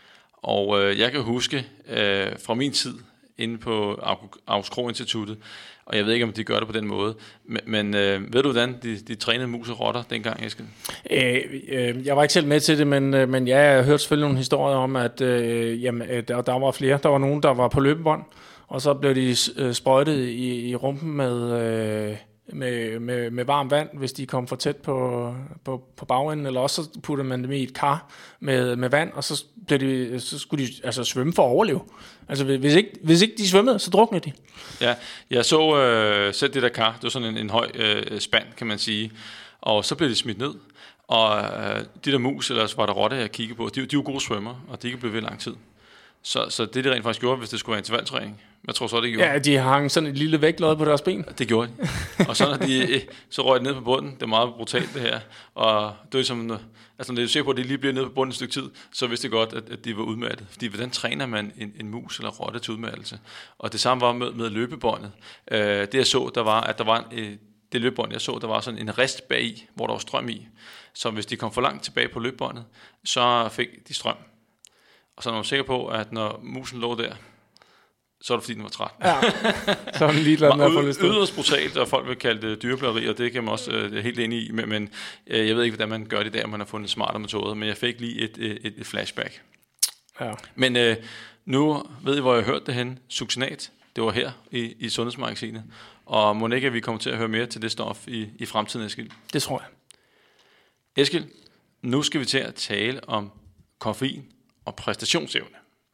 Og øh, jeg kan huske øh, fra min tid inde på August Krogh Instituttet, og jeg ved ikke, om de gør det på den måde, men, men øh, ved du, hvordan de, de trænede mus og rotter dengang, Eskild? Øh, øh, jeg var ikke selv med til det, men, øh, men ja, jeg har hørt selvfølgelig nogle historier om, at øh, jamen, øh, der, der var flere. Der var nogen, der var på løbebånd, og så blev de øh, sprøjtet i, i rumpen med, øh, med, med, med varmt vand, hvis de kom for tæt på, på, på bagenden, eller også så puttede man dem i et kar med, med vand, og så, blev de, så skulle de altså svømme for at overleve. Altså hvis ikke, hvis ikke de svømmede, så druknede de. Ja, jeg så øh, selv det der kar, det var sådan en, en høj øh, spand, kan man sige, og så blev de smidt ned, og øh, de der mus, eller så var der rotter, jeg kiggede på, de, de er jo gode svømmer, og de kan blive ved lang tid. Så, så det, de rent faktisk gjorde, hvis det skulle være intervaltræning, jeg tror så, det gjorde. Ja, de hang sådan et lille vægtlod på deres ben. Det gjorde de. Og så, når de, så røg de ned på bunden. Det er meget brutalt, det her. Og det er som, altså, når de ser på, at de lige bliver nede på bunden et stykke tid, så vidste de godt, at, at de var udmattet. Fordi hvordan træner man en, en mus eller rotte til udmattelse? Og det samme var med, med løbebåndet. Øh, det jeg så, der var, at der var en, det løbebånd, jeg så, der var sådan en rist bagi, hvor der var strøm i. Så hvis de kom for langt tilbage på løbebåndet, så fik de strøm. Og så er man sikker på, at når musen lå der, så er det fordi, den var træt. Ja, så er den lige glad med at få lidt sted. Yderst brutalt, og folk vil kalde det dyreplageri, og det kan man også øh, helt enig i. Men, men øh, jeg ved ikke, hvordan man gør det der, man har fundet smarte metoder. Men jeg fik lige et, et, et flashback. Ja. Men øh, nu ved I, hvor jeg hørte det hen. Succinat, det var her i, i Sundhedsmagasinet. Og må ikke, at vi kommer til at høre mere til det stof i, i fremtiden, Eskild? Det tror jeg. Eskild, nu skal vi til at tale om koffein og præstationsevne.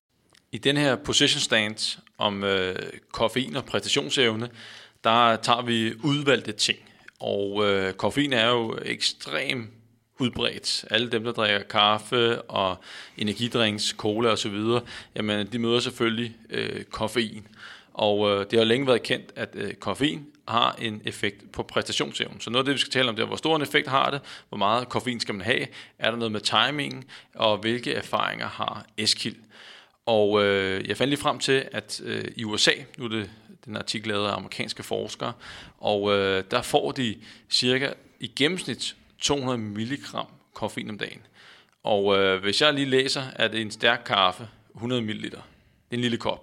I den her position stance om øh, koffein og præstationsevne, der tager vi udvalgte ting. Og øh, koffein er jo ekstremt udbredt. Alle dem, der drikker kaffe og energidrinks, cola osv., jamen de møder selvfølgelig øh, koffein. Og øh, det har længe været kendt, at øh, koffein har en effekt på præstationsevnen. Så noget af det, vi skal tale om, det er, hvor stor en effekt har det, hvor meget koffein skal man have, er der noget med timingen, og hvilke erfaringer har Eskild. Og øh, jeg fandt lige frem til, at øh, i U S A, nu er det den artikel lavet af amerikanske forskere, og øh, der får de cirka i gennemsnit to hundrede milligram koffein om dagen. Og øh, hvis jeg lige læser, at en stærk kaffe, hundrede milliliter, en lille kop,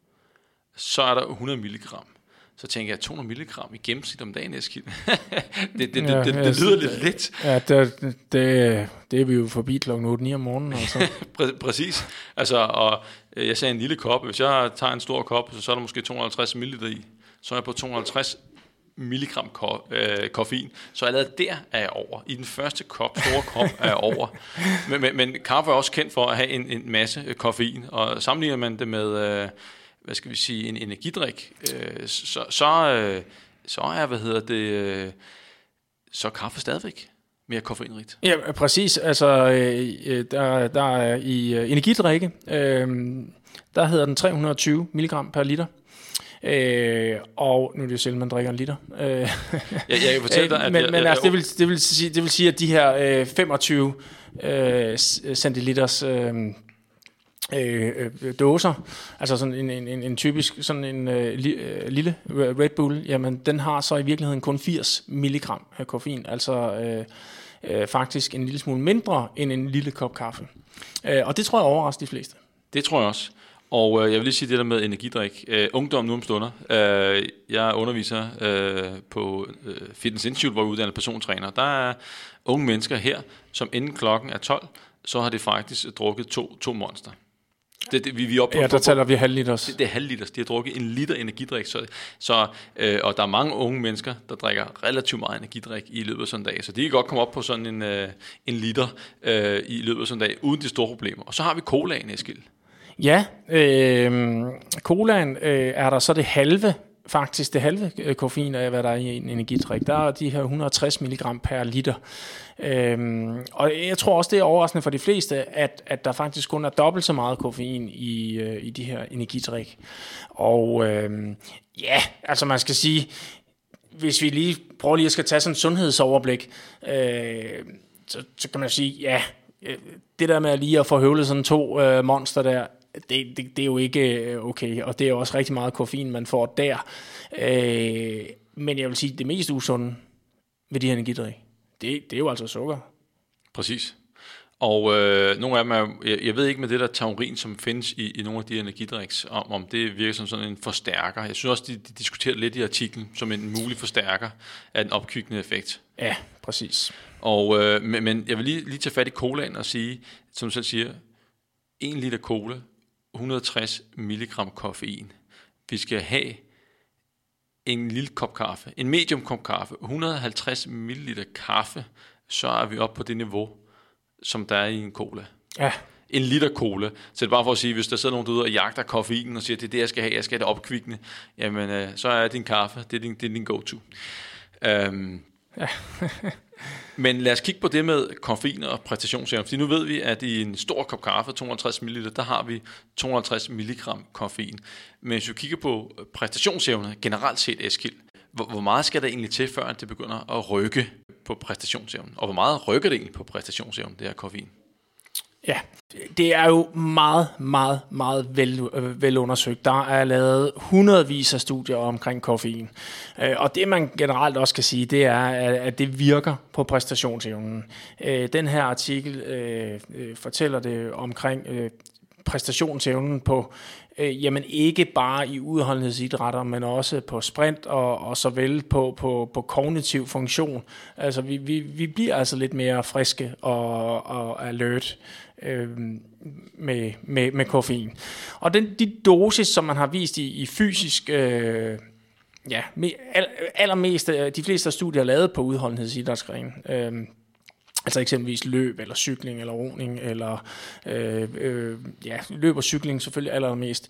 så er der hundrede milligram. Så tænker jeg, to hundrede milligram i gennemsnit om dagen, Eskild. det, det, det, ja, det, det, det lyder lidt lidt. Ja, det, det, det er vi jo forbi klokken otte ni om morgenen. Altså. Præ- præcis. Altså, og jeg sagde en lille kop. Hvis jeg tager en stor kop, så, så er der måske to hundrede og halvtreds milliliter i. Så er jeg på to hundrede og halvtreds milligram ko- øh, koffein. Så allerede der er jeg over. I den første kop, store kop, er jeg over. Men, men, men kaffe er også kendt for at have en, en masse koffein. Og sammenligner man det med... Øh, hvad skal vi sige, en energidrik, øh, så, så, øh, så er, hvad hedder det, øh, så er kaffe stadigvæk mere koffeinrigt. Ja, præcis. Altså, øh, der, der er i øh, energidrikke, øh, der hedder den tre hundrede og tyve milligram per liter. Øh, og nu er det jo selv, man drikker en liter. Øh, jeg, jeg kan fortælle dig, at... men jeg, men jeg, altså, det vil, det, vil sige, det vil sige, at de her øh, femogtyve øh, centiliters... Øh, Øh, øh, dåser, altså sådan en, en, en, en typisk sådan en øh, li, øh, lille Red Bull, jamen den har så i virkeligheden kun firs milligram af koffein, altså øh, øh, faktisk en lille smule mindre end en lille kop kaffe. Øh, og det tror jeg overrasker de fleste. Det tror jeg også. Og øh, jeg vil lige sige det der med energidrik. Øh, ungdom nu om stunder. Øh, jeg underviser øh, på øh, Fitness Institute, hvor jeg er uddannet persontræner. Der er unge mennesker her, som inden klokken er tolv, så har de faktisk drukket to, to monster. Det, det, vi, vi er oppe på, ja, der taler vi halvliters. Det, det er halvliters. De har drukket en liter energidrik. Så, så, øh, og der er mange unge mennesker, der drikker relativt meget energidrik i løbet af sådan en dag. Så de kan godt komme op på sådan en, øh, en liter øh, i løbet af sådan en dag, uden de store problemer. Og så har vi colaen, Eskild. Ja, øh, colaen øh, er der så det halve faktisk det halve koffein af, hvad der er i en energidrik. Der er de her et hundrede og tres milligram per liter. Øhm, og jeg tror også, det er overraskende for de fleste, at, at der faktisk kun er dobbelt så meget koffein i, øh, i de her energidrik. Og øhm, ja, altså man skal sige, hvis vi lige prøver lige at skal tage sådan en sundhedsoverblik, øh, så, så kan man sige, ja, det der med lige at få høvlet sådan to øh, monster der, det, det, det er jo ikke okay, og det er jo også rigtig meget koffein, man får der. Øh, men jeg vil sige, det mest usunde ved de her energidrik, det, det er jo altså sukker. Præcis. Og øh, nogle af dem er, jeg, jeg ved ikke med det der taurin, som findes i, i nogle af de energidriks, om, om det virker som sådan en forstærker. Jeg synes også, de, de diskuterer lidt i artiklen, som en mulig forstærker af den opkvikkende effekt. Ja, præcis. Og, øh, men, men jeg vil lige, lige tage fat i colaen og sige, som du selv siger, en liter cola, et hundrede og tres milligram koffein. Vi skal have en lille kop kaffe, en medium kop kaffe, et hundrede og halvtreds milliliter kaffe, så er vi oppe på det niveau, som der er i en cola. Ja. En liter cola. Så det er bare for at sige, hvis der sidder nogen derude og jagter koffeinen og siger, det er det, jeg skal have, jeg skal have det opkvikkende, jamen øh, så er din kaffe, det er din, det er din go-to. Um, ja. Men lad os kigge på det med koffein og præstationsevne, fordi nu ved vi, at i en stor kop kaffe, to hundrede og halvtreds milliliter, der har vi to hundrede og halvtreds milligram koffein. Men hvis vi kigger på præstationsevne generelt set, Eskild, hvor, hvor meget skal der egentlig til, før det begynder at rykke på præstationsevnen? Og hvor meget rykker det egentlig på præstationsevnen, det her koffein? Ja, det er jo meget, meget, meget vel, øh, velundersøgt. Der er lavet hundredvis af studier omkring koffein. Øh, og det man generelt også kan sige, det er, at det virker på præstationsevnen. Øh, den her artikel øh, øh, fortæller det omkring øh, præstationsevnen på, øh, jamen ikke bare i udholdenhedsidrætter, men også på sprint og, og såvel på, på, på kognitiv funktion. Altså vi, vi, vi bliver altså lidt mere friske og, og alert øh, med, med, med koffein. Og den, de dosis, som man har vist i, i fysisk, øh, ja, al, allermest, de fleste af studier er lavet på udholdenhedsidrætsgrenen. Øh, Altså eksempelvis løb, eller cykling, eller roning, eller øh, øh, ja, løb og cykling selvfølgelig allermest.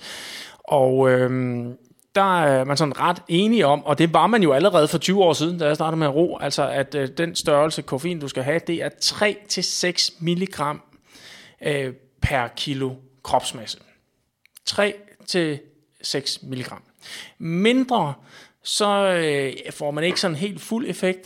Og øh, der er man sådan ret enige om, og det var man jo allerede for tyve år siden, da jeg startede med at ro, altså at øh, den størrelse koffein, du skal have, det er tre til seks milligram øh, per kilo kropsmasse. tre til seks milligram. Mindre, så øh, får man ikke sådan helt fuld effekt,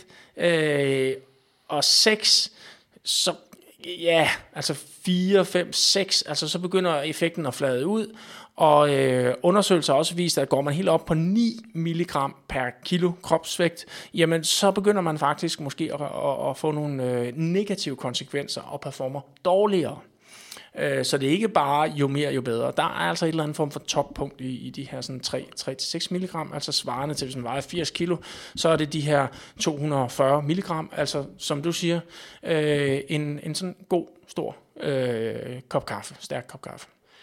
øh, og seks, så ja, altså fire, fem, seks, altså så begynder effekten at flade ud, og øh, undersøgelser har også vist, at går man helt op på ni milligram per kilo kropsvægt, jamen så begynder man faktisk måske at, at, at få nogle øh, negative konsekvenser og performer dårligere. Øh, så det er ikke bare jo mere, jo bedre. Der er altså et eller andet form for toppunkt i, i de her sådan tre til seks milligram, altså svarende til, hvis man vejer firs kilo, så er det de her to hundrede og fyrre milligram, altså som du siger, øh, en, en sådan god, stor øh, kop kaffe, stærk kop kaffe.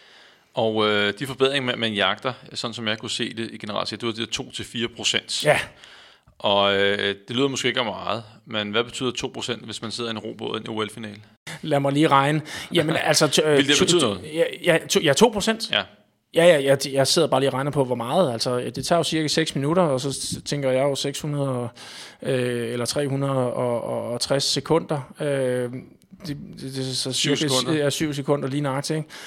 Og øh, de forbedringer, man, man jagter, sådan som jeg kunne se det i generelt set, det var det to til fire procent. Ja. Og øh, det lyder måske ikke af meget, men hvad betyder to procent, hvis man sidder i en robåd i en O L-finale? Lad mig lige regne. Jamen altså... Øh, Vil det betyde noget? Ja, ja, to, ja, to procent. Ja. Ja, ja, jeg, jeg sidder bare lige og regner på, hvor meget. Altså, det tager jo cirka seks minutter, og så tænker jeg jo seks hundrede øh, eller tre hundrede og tres sekunder. Øh, det, det, det, så syv sekunder. Ja, syv sekunder lige nøjagtigt, ikke?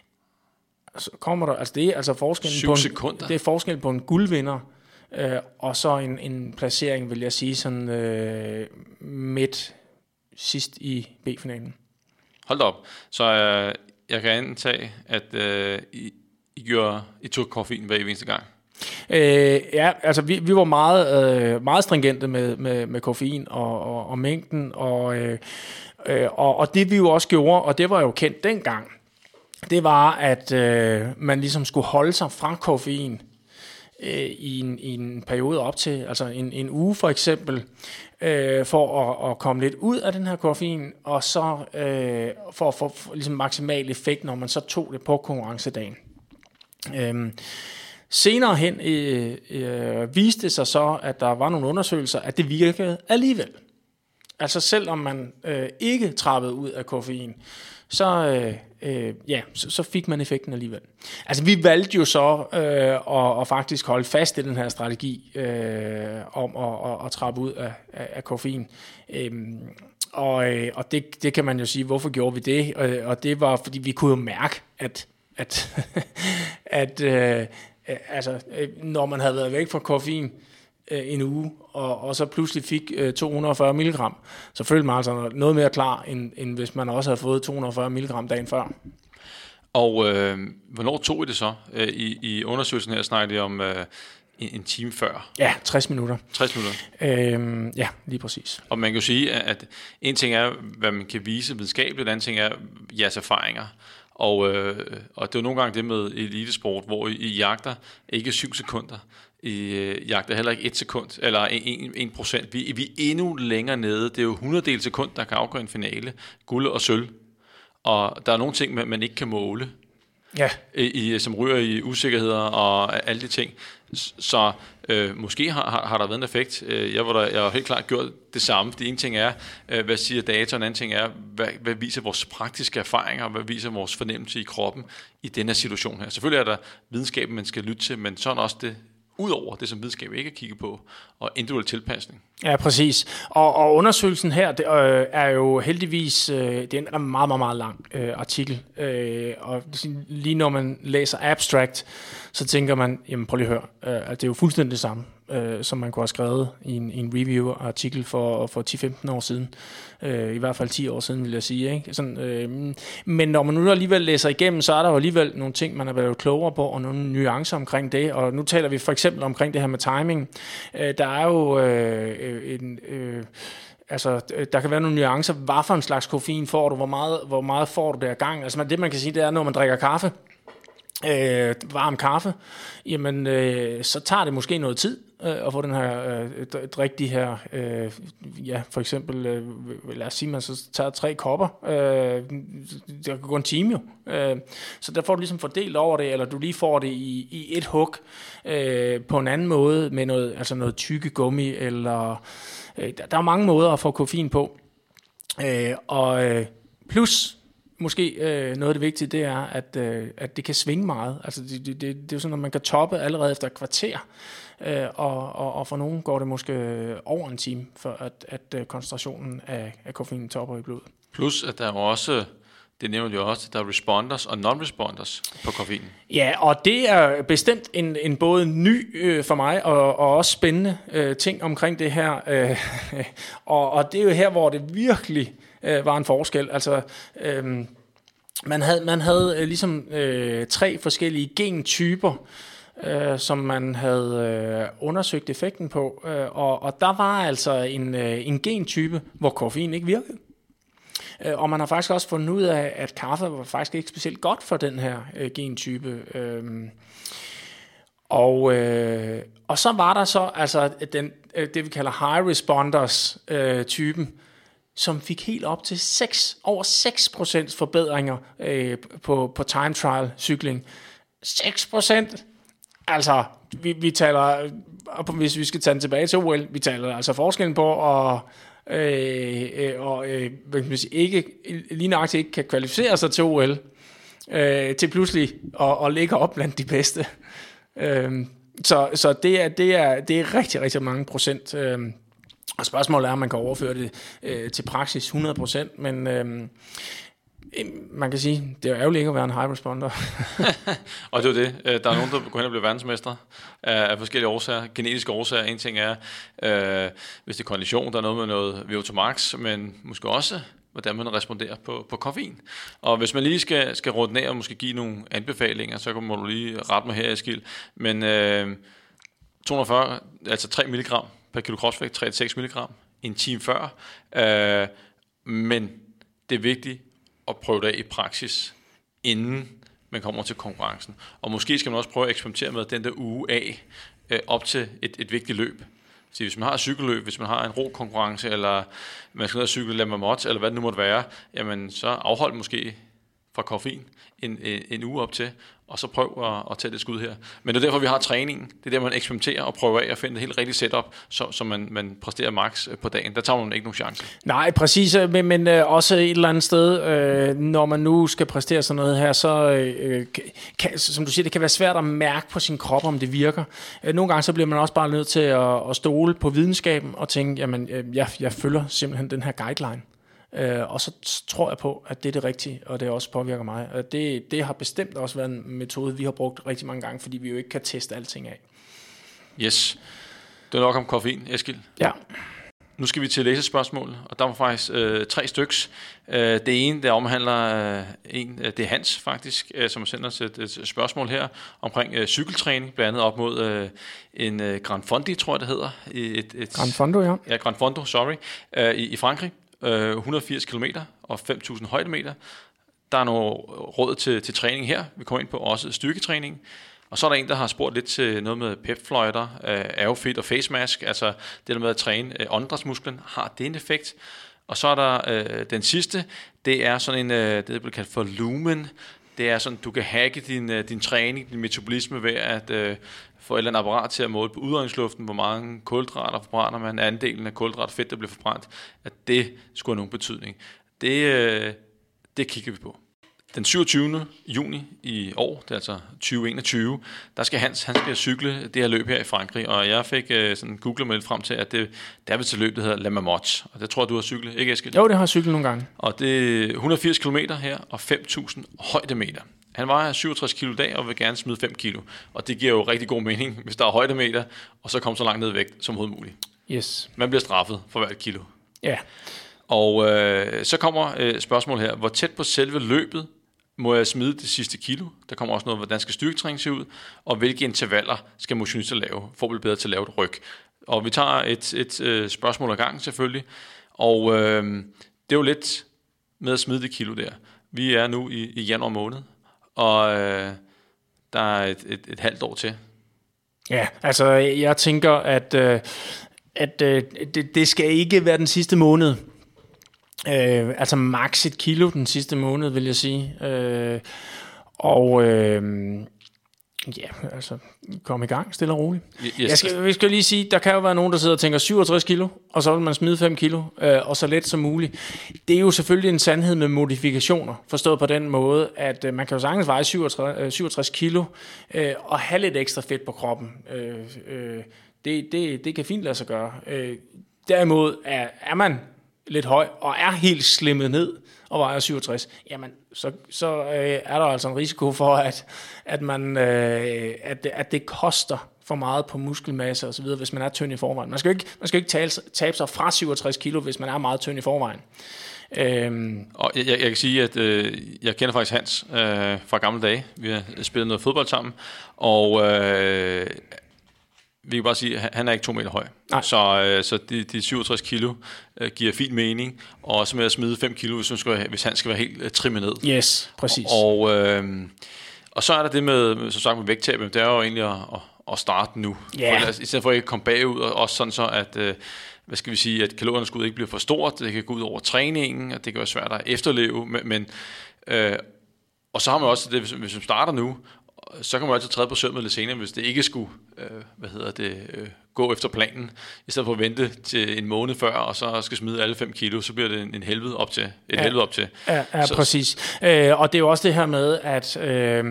Så kommer der... Altså, det er altså forskellen syv på... En, sekunder? det er forskellen på en guldvinder, øh, og så en, en placering, vil jeg sige, sådan øh, midt sidst i B-finalen. Hold da op. Så øh, jeg kan antage, at øh, I, I, gjorde, I tog koffein hver eneste gang. Øh, ja, altså vi, vi var meget, øh, meget stringente med, med, med koffein og, og, og mængden, og, øh, øh, og, og det vi jo også gjorde, og det var jo kendt dengang, det var, at øh, man ligesom skulle holde sig fra koffein øh, i, en, i en periode op til, altså en, en uge for eksempel, øh, for at, at komme lidt ud af den her koffein, og så øh, for at få ligesom maksimal effekt, når man så tog det på konkurrencedagen. Øh, senere hen øh, øh, viste det sig så, at der var nogle undersøgelser, at det virkede alligevel. Altså selvom man øh, ikke trappede ud af koffein, så, øh, øh, ja, så, så fik man effekten alligevel. Altså vi valgte jo så øh, at, at faktisk holde fast i den her strategi øh, om at, at, at trappe ud af, af, af koffein. Øhm, og øh, og det, det kan man jo sige, hvorfor gjorde vi det? Og, og det var, fordi vi kunne jo mærke, at, at, at øh, altså, når man havde været væk fra koffein en uge, og, og så pludselig fik øh, to hundrede og fyrre milligram, så følte man altså noget mere klar, end, end hvis man også havde fået to hundrede og fyrre milligram dagen før. Og øh, hvornår tog I det så? Øh, i, I undersøgelsen her snakkede I om øh, en, en time før. Ja, tres minutter. tres minutter. Øhm, ja, lige præcis. Og man kan jo sige, at en ting er, hvad man kan vise videnskabeligt, en anden ting er jeres erfaringer. Og, øh, og det er jo nogle gange det med elitesport, hvor I, I jagter ikke syv sekunder, I øh, jagter heller ikke et sekund, eller en procent. Vi, vi er endnu længere nede. Det er jo hundrededel sekund, der kan afgøre en finale. Guld og sølv. Og der er nogle ting, man ikke kan måle. Ja. I, som ryger i usikkerheder og alle de ting. Så øh, måske har, har der været en effekt. Jeg, var der, jeg har helt klart gjort det samme. Det ene ting er, øh, hvad siger data, og en anden ting er, hvad, hvad viser vores praktiske erfaringer, hvad viser vores fornemmelse i kroppen i denne situation her. Selvfølgelig er der videnskaben, man skal lytte til, men sådan også det, udover det, som videnskab ikke har kigget på, og individuel tilpasning. Ja, præcis. Og, og undersøgelsen her, det øh, er jo heldigvis, øh, det er en meget, meget, meget lang øh, artikel, øh, og lige når man læser abstract, så tænker man, jamen prøv lige at høre, øh, at det er jo fuldstændig det samme, øh, som man kunne have skrevet i en, i en review-artikel for, for ti femten år siden. Øh, I hvert fald ti år siden, vil jeg sige. Ikke? Sådan, øh, men når man nu alligevel læser igennem, så er der jo alligevel nogle ting, man er blevet klogere på, og nogle nuancer omkring det. Og nu taler vi for eksempel omkring det her med timing. Øh, der er jo øh, en... Øh, Altså, der kan være nogle nuancer. Hvad for en slags koffein får du? Hvor meget, hvor meget får du der i gang? Altså, det man kan sige, det er, når man drikker kaffe, øh, varm kaffe, jamen, øh, så tager det måske noget tid øh, at få den her, øh, drikke de her, øh, ja, for eksempel, øh, lad os sige, man så tager tre kopper, øh, det kan gå en time jo. Øh, så der får du ligesom fordelt over det, eller du lige får det i, i et hug, øh, på en anden måde, med noget, altså noget tykke gummi, eller... Der er mange måder at få koffein på, øh, og øh, plus måske øh, noget af det vigtige, det er, at, øh, at det kan svinge meget. Altså det, det, det, det er jo sådan, at man kan toppe allerede efter et kvarter, øh, og, og, og for nogen går det måske over en time, for at, at øh, koncentrationen af, af koffein topper i blodet. Plus at der er også... Det nævner jo også, at der er responders og non-responders på koffein. Ja, og det er bestemt en, en både ny øh, for mig, og, og også spændende øh, ting omkring det her. Øh, og, og det er jo her, hvor det virkelig øh, var en forskel. Altså, øh, man havde, man havde øh, ligesom øh, tre forskellige gentyper, øh, som man havde øh, undersøgt effekten på. Øh, og, og der var altså en, øh, en gentype, hvor koffein ikke virkede. Og man har faktisk også fundet ud af, at kaffe var faktisk ikke specielt godt for den her øh, gentype. Øhm, og, øh, og så var der så altså den, øh, det, vi kalder high responders øh, typen, som fik helt op til seks, over seks procent forbedringer øh, på, på time trial cykling. seks procent! Altså, vi, vi taler, hvis vi skal tage den tilbage til O L, vi taler altså forskellen på at... Øh, øh, og øh, ikke, lige nøjagtigt ikke kan kvalificere sig til O L, øh, til pludselig at, at ligge op blandt de bedste. Øh, så så det, er, det, er, det er rigtig, rigtig mange procent. Øh, og spørgsmålet er, om man kan overføre det øh, til praksis hundrede procent, men øh, man kan sige, det er jo ærgerligt ikke at være en high responder. Og det er jo det. Der er nogen, der går hen og bliver verdensmestre af forskellige årsager. Genetiske årsager. En ting er, øh, hvis det er kondition, der er noget med noget V O to max, men måske også, hvordan man responderer på, på koffein. Og hvis man lige skal, skal runde ned og måske give nogle anbefalinger, så må du lige rette mig her, Eskild. Men øh, to hundrede og fyrre, altså tre milligram per kilo kropsvægt, tre til seks milligram, en time før. Øh, men det er vigtigt at prøve det af i praksis, inden man kommer til konkurrencen. Og måske skal man også prøve at eksperimentere med den der uge af, øh, op til et, et vigtigt løb. Så hvis man har et cykelløb, hvis man har en ro-konkurrence, eller man skal ned og cykle La Marmotte, eller hvad det nu måtte være, jamen så afhold måske fra koffein en, en, en uge op til, og så prøv at, at tage det skud her. Men det er derfor, vi har træningen. Det er der, man eksperimenterer og prøver af at finde et helt rigtigt setup, så, så man, man præsterer max på dagen. Der tager man ikke nogen chance. Nej, præcis, men, men øh, også et eller andet sted, øh, når man nu skal præstere sådan noget her, så øh, kan, som du siger, det kan være svært at mærke på sin krop, om det virker. Øh, nogle gange så bliver man også bare nødt til at, at stole på videnskaben og tænke, jamen, øh, jeg, jeg følger simpelthen den her guideline. Uh, og så tror jeg på, at det er det rigtige, og det også påvirker mig. Uh, det, det har bestemt også været en metode, vi har brugt rigtig mange gange, fordi vi jo ikke kan teste alting af. Yes. Det er nok om koffein, Eskild. Ja. Nu skal vi til læsespørgsmål, og der var faktisk øh, tre styks. Øh, det ene, der omhandler øh, en, øh, det er Hans faktisk, øh, som sender os et, et spørgsmål her omkring øh, cykeltræning, blandt andet op mod øh, en øh, Grand Fondi, tror jeg det hedder. Et, et, Grand Fondo, ja. Ja, Grand Fondo, sorry, øh, i, i Frankrig. et hundrede og firs kilometer og fem tusind højdemeter. Der er nogle råd til, til træning her. Vi kommer ind på også styrketræning. Og så er der en, der har spurgt lidt til noget med pepfløjter, øh, aerofit og face mask. Altså det der med at træne øh, åndedrætsmusklen. Har det en effekt? Og så er der øh, den sidste. Det er sådan en, øh, det bliver kaldt for lumen. Det er sådan, du kan hacke din, øh, din træning, din metabolisme ved at øh, få et eller andet apparat til at måle på udåndingsluften, hvor mange kulhydrater forbrænder man, andelen af kulhydratfedt, der bliver forbrændt, at det skulle have nogen betydning. Det, øh, det kigger vi på. Den syvogtyvende juni i år, det er altså tyve enogtyve, der skal Hans, han skal cykle det her løb her i Frankrig, og jeg fik øh, sådan googlet mig lidt frem til, at det, det er ved til løb, der hedder La Marmotte, og det tror jeg, du har cyklet, ikke Eskild? Jo, det har jeg cyklet nogle gange. Og det er et hundrede og firs kilometer her, og fem tusind højdemeter. Han vejer syvogtres kilo i dag, og vil gerne smide fem kilo, og det giver jo rigtig god mening, hvis der er højdemeter, og så kommer så langt ned i vægt som overhovedet muligt. Yes. Man bliver straffet for hvert kilo. Ja. Og øh, så kommer øh, spørgsmålet her, hvor tæt på selve løbet må jeg smide det sidste kilo? Der kommer også noget, hvordan skal styrketræning se ud, og hvilke intervaller skal motionister lave, for at blive bedre til at lave et ryg. Og vi tager et, et øh, spørgsmål ad gangen selvfølgelig, og øh, det er jo lidt med at smide det kilo der. Vi er nu i, i januar måned, og øh, der er et, et, et halvt år til. Ja, altså jeg tænker, at, øh, at øh, det, det skal ikke være den sidste måned. Øh, altså maks et kilo den sidste måned, vil jeg sige. Øh, og øh, ja, altså kom i gang, stille og roligt. Yes. Jeg skal, vi skal lige sige, der kan jo være nogen, der sidder og tænker syvogtres kilo, og så vil man smide fem kilo, øh, og så let som muligt. Det er jo selvfølgelig en sandhed med modifikationer, forstået på den måde, at øh, man kan jo sagtens veje syvogtres, syvogtres kilo, øh, og have lidt ekstra fedt på kroppen. Øh, øh, det, det, det kan fint lade sig gøre. Øh, derimod er, er man lidt høj, og er helt slimmet ned, og vejer syvogtres, jamen, så, så øh, er der altså en risiko for, at, at, man, øh, at, det, at det koster for meget på muskelmasse og så videre, hvis man er tynd i forvejen. Man skal jo ikke, man skal jo ikke tabe, tabe sig fra syvogtres kilo, hvis man er meget tynd i forvejen. Øhm. Og jeg, jeg kan sige, at øh, jeg kender faktisk Hans øh, fra gamle dage. Vi har spillet noget fodbold sammen, og øh, vi kan bare sige, at han er ikke to meter høj. Nej. Så, øh, så de, de syvogtres kilo øh, giver fin mening, og også med at smide fem kilo, hvis han skal, hvis han skal være helt øh, trimmet ned. Yes, præcis. Og, øh, og så er der det med, som sagt med vægttab, det er jo egentlig at, at, at starte nu. Yeah. For, i stedet for at ikke komme bagud, og også sådan så, at øh, hvad skal vi sige, at kalorieunderskud ikke bliver for stort, det kan gå ud over træningen, og det kan være svært at efterleve, men, men øh, og så har man også det, hvis, hvis man starter nu, så kan man altid træde på sømmet lidt senere, hvis det ikke skulle øh, hvad hedder det, øh, gå efter planen, i stedet for at vente til en måned før, og så skal smide alle fem kilo, så bliver det en, en helvede op til. Et ja, helvede op til. Ja, ja så, præcis. Øh, og det er jo også det her med, at øh,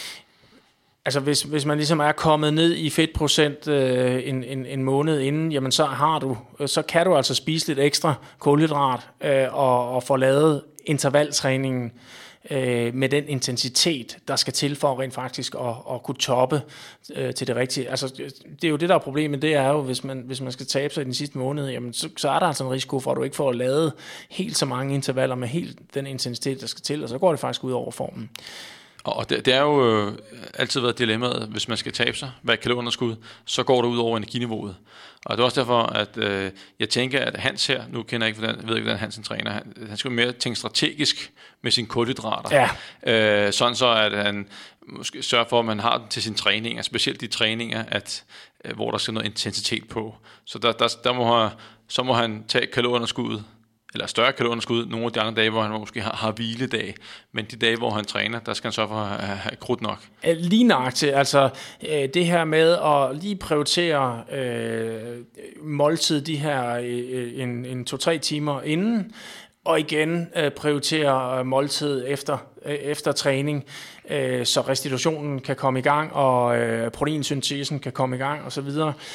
altså hvis, hvis man ligesom er kommet ned i fedtprocent øh, en, en, en måned inden, jamen så har du, så kan du altså spise lidt ekstra kulhydrat øh, og, og få lavet intervaltræningen øh, med den intensitet, der skal til for rent faktisk at, at kunne toppe øh, til det rigtige. Altså, det er jo det, der er problemet, det er jo, hvis man, hvis man skal tabe sig i den sidste måned, jamen, så, så er der altså en risiko for, at du ikke får lavet helt så mange intervaller med helt den intensitet, der skal til, og så går det faktisk ud over formen. Og det, det er jo øh, altid været dilemmaet, hvis man skal tabe sig, hvad kalorieunderskud, så går det ud over energiniveauet. Og det er også derfor, at øh, jeg tænker, at Hans her, nu kender jeg ikke, hvordan, jeg ved ikke, hvordan Hansen træner, han, han skal mere tænke strategisk med sine kulhydrater. Ja. Øh, sådan så, at han måske sørger for, at man har den til sine træninger, specielt de træninger, at, øh, hvor der skal noget intensitet på. Så der, der, der må han, så må han tage kalorieunderskuddet eller større kalorieunderskud nogle af de andre dage, hvor han måske har, har hviledag. Men de dage, hvor han træner, der skal han så for at have, have krudt nok. Lige nøjagtigt. Altså det her med at lige prioritere øh, måltid de her øh, en, en to-tre timer inden, og igen øh, prioritere måltid efter, øh, efter træning, øh, så restitutionen kan komme i gang, og øh, proteinsyntesen kan komme i gang, osv.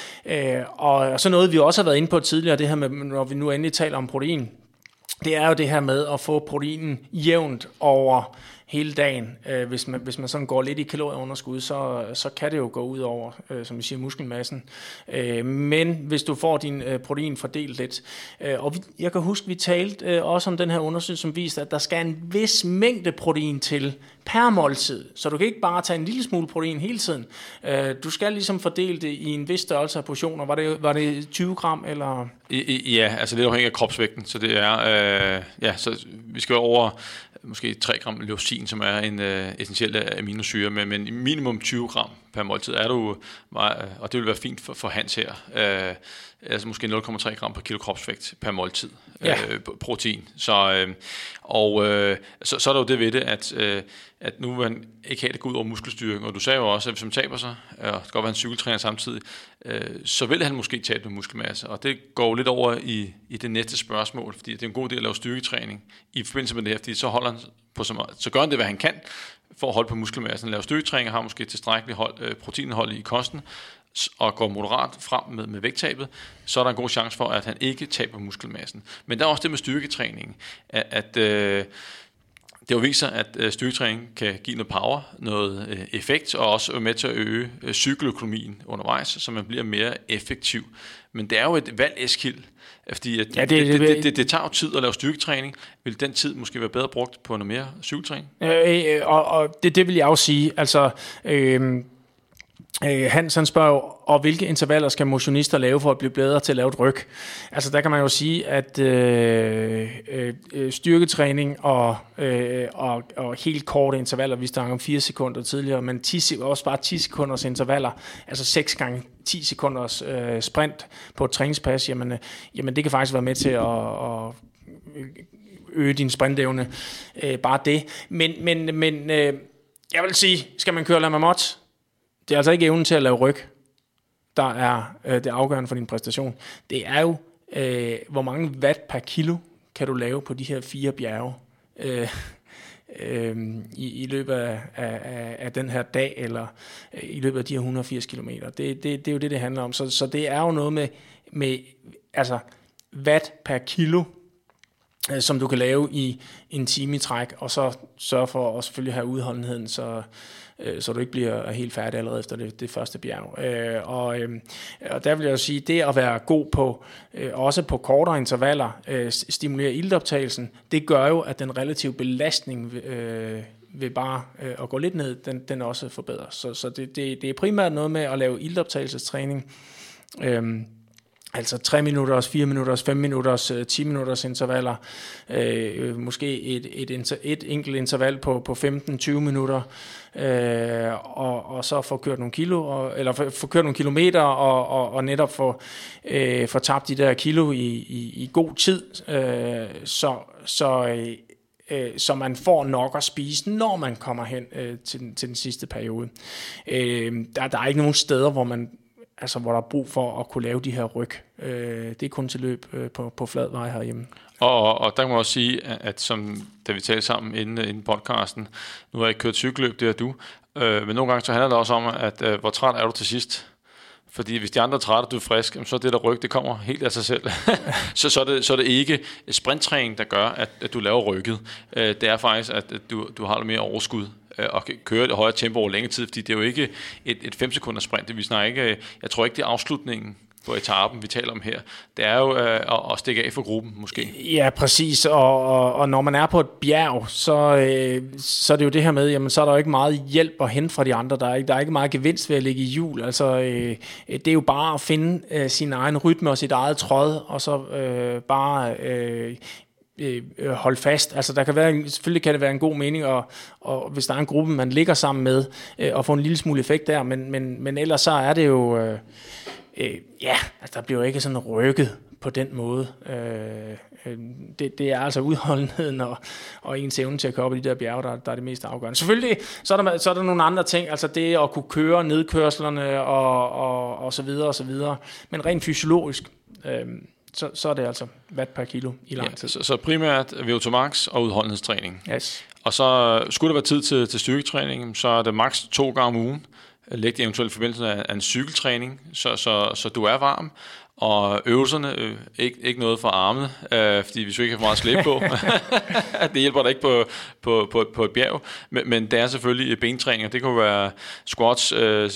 Øh, og så noget, vi også har været inde på tidligere, det her med, når vi nu endelig taler om protein, det er jo det her med at få proteinen jævnt over hele dagen. Øh, hvis, man, hvis man sådan går lidt i kalorieunderskud, så, så kan det jo gå ud over, øh, som vi siger, muskelmassen. Øh, men hvis du får din øh, protein fordelt lidt. Øh, og vi, jeg kan huske, vi talte øh, også om den her undersøgelse, som viste, at der skal en vis mængde protein til per måltid. Så du kan ikke bare tage en lille smule protein hele tiden. Øh, du skal ligesom fordele det i en vis størrelse af portioner. Var det, var det tyve gram, eller? I, i, ja, altså det er afhængigt af kropsvægten. Så det er, øh, ja, så vi skal over måske tre gram leucin, som er en øh, essentiel aminosyre, men, men minimum tyve gram per måltid er du, og det vil være fint for, for Hans her, øh, altså måske nul komma tre gram per kilo kropsvægt per måltid, ja. øh, protein. Så, øh, og øh, så, så er der jo det ved det, at, øh, at nu vil han ikke have det gå ud over muskelstyrken, og du sagde jo også, at hvis han taber sig, og det skal godt være en cykeltræner samtidig, øh, så vil han måske tabe noget muskelmasse, og det går lidt over i, i det næste spørgsmål, fordi det er en god del at lave styrketræning i forbindelse med det her, fordi så holder han på så meget, så gør han det, hvad han kan, for at holde på muskelmassen. Lave styrketræning, har måske tilstrækkeligt hold, øh, proteinhold i kosten, og går moderat frem med, med vægttabet, så er der en god chance for, at han ikke taber muskelmassen. Men der er også det med styrketræningen, at, at øh, det jo viser, at øh, styrketræning kan give noget power, noget øh, effekt, og også er med til at øge øh, cykeløkonomien undervejs, så man bliver mere effektiv. Men det er jo et valg, Eskild, fordi at ja, det, det, det, det, det tager jo tid at lave styrketræning. Vil den tid måske være bedre brugt på noget mere cykeltræning? Øh, øh, og, og det, det vil jeg også sige. Altså, øh, øh, Hans han spørger jo, og hvilke intervaller skal motionister lave for at blive bedre til at lave et ryg? Altså der kan man jo sige, at øh, øh, styrketræning og, øh, og, og helt korte intervaller, vi snakker om fire sekunder tidligere, men ti, også bare ti sekunders intervaller, altså seks gange ti sekunders øh, sprint på et træningspas, jamen, øh, jamen det kan faktisk være med til at, at øge din sprintevne, øh, bare det. Men, men, men øh, jeg vil sige, skal man køre La Marmotte, det er altså ikke evnen til at lave ryg, der er øh, det afgørende for din præstation. Det er jo, øh, hvor mange watt per kilo kan du lave på de her fire bjerge øh, øh, i, i løbet af, af, af den her dag, eller øh, i løbet af de her et hundrede og firs kilometer. Det, det, det er jo det, det handler om. Så, så det er jo noget med, med altså, watt per kilo, øh, som du kan lave i en time i træk, og så sørge for at selvfølgelig have udholdenheden, så så du ikke bliver helt færdig allerede efter det, det første bjerg. Øh, og, øh, og der vil jeg jo sige, det at være god på, øh, også på kortere intervaller, øh, stimulere iltoptagelsen, det gør jo, at den relative belastning øh, ved bare øh, at gå lidt ned, den, den også forbedres. Så, så det, det, det er primært noget med at lave iltoptagelsestræning, øh, altså tre minutters, fire minutters, fem minutters, ti minutters intervaller, øh, måske et, et, inter, et enkelt interval på, på femten til tyve minutter, øh, og, og så få kørt nogle kilo, og, eller få kørt nogle kilometer, og, og, og netop få, øh, få tabt de der kilo i, i, i god tid, øh, så, så, øh, så man får nok at spise, når man kommer hen øh, til, den, til den sidste periode. Øh, der, der er ikke nogen steder, hvor man altså hvor der er brug for at kunne lave de her ryg. Øh, det er kun til løb øh, på, på flad vej herhjemme. Og, og, og der kan man også sige, at, at som da vi talte sammen inden, inden podcasten, nu har jeg ikke kørt cykelløb, det er du, øh, men nogle gange så handler det også om, at øh, hvor træt er du til sidst? Fordi hvis de andre er trætte, du er frisk, så er det der ryg, det kommer helt af sig selv. så, så, er det, så er det ikke sprinttræning, der gør, at, at du laver rykket. Øh, det er faktisk, at, at du, du har lidt mere overskud og køre et højere tempo over længere tid, fordi det er jo ikke et, et fem sekunders sprint. Det vi snakker ikke, jeg tror ikke, det er afslutningen på etapen, vi taler om her. Det er jo øh, at, at stikke af for gruppen, måske. Ja, præcis. Og, og, og når man er på et bjerg, så, øh, så er det jo det her med, jamen, så er der jo ikke meget hjælp at hente fra de andre. Der er ikke, der er ikke meget gevinst ved at ligge i hjul. Altså, øh, det er jo bare at finde øh, sin egen rytme og sit eget tråd, og så øh, bare Øh, Øh, holde fast. Altså der kan være, selvfølgelig kan det være en god mening, og, og hvis der er en gruppe, man ligger sammen med, øh, og få en lille smule effekt der, men, men, men ellers så er det jo, øh, øh, ja, altså der bliver jo ikke sådan rykket på den måde. Øh, det, det er altså udholdenheden og, og ens evne til at køre op i de der bjerge, der, der er det mest afgørende. Selvfølgelig så er, der, så er der nogle andre ting, altså det at kunne køre nedkørslerne og, og, og så videre og så videre, men rent fysiologisk, øh, så, så er det altså watt per kilo i lang tid. Ja, så, så primært V O to max og udholdenhedstræning. Yes. Og så skulle der være tid til, til styrketræning, så er det max to gange om ugen. Læg det eventuelt i forbindelse af en cykeltræning, så, så, så du er varm. Og øvelserne, øh, ikke, ikke noget for armene, øh, fordi vi skal ikke have for meget slæb på. Det hjælper dig ikke på, på, på, på et bjerg. Men, men det er selvfølgelig bentræning, det kunne være squats, øh,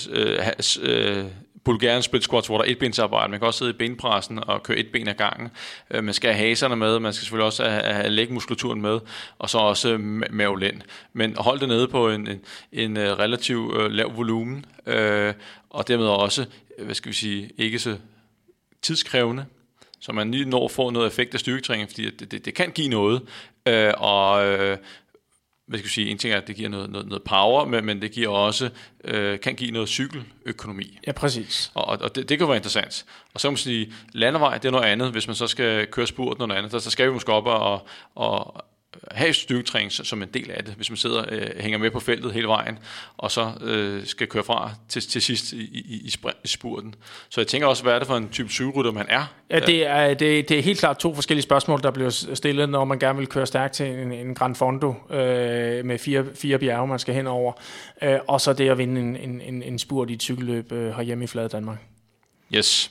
øh, Bulgarian split squats, hvor der er et bensarbejde. Man kan også sidde i benpressen og køre et ben ad gangen. Øh, man skal have haserne med, man skal selvfølgelig også have, have lægmuskulaturen med, og så også mavelænd. Men hold det nede på en, en, en relativ øh, lav volumen, øh, og dermed også, hvad skal vi sige, ikke så tidskrævende, så man lige når at få noget effekt af styrketræning, fordi det, det, det kan give noget, øh, og øh, hvad skal jeg sige, en ting er, at det giver noget, noget, noget power, men, men det giver også, øh, kan give noget cykeløkonomi. Ja, præcis. Og, og det, det kan være interessant. Og så kan man sige, landevej, det er noget andet, hvis man så skal køre spurt noget andet, så skal vi måske op og, og have styrketræning som en del af det, hvis man sidder øh, hænger med på feltet hele vejen, og så øh, skal køre fra til, til sidst i, i, i, i spurten. Så jeg tænker også, hvad er det for en type cykelrytter, man er? Ja, det er, det, det er helt klart to forskellige spørgsmål, der bliver stillet, når man gerne vil køre stærkt til en, en Gran Fondo øh, med fire, fire bjerge, man skal hen over, øh, og så det at vinde en, en, en, en spurt i et cykelløb øh, herhjemme i Flade Danmark. Yes.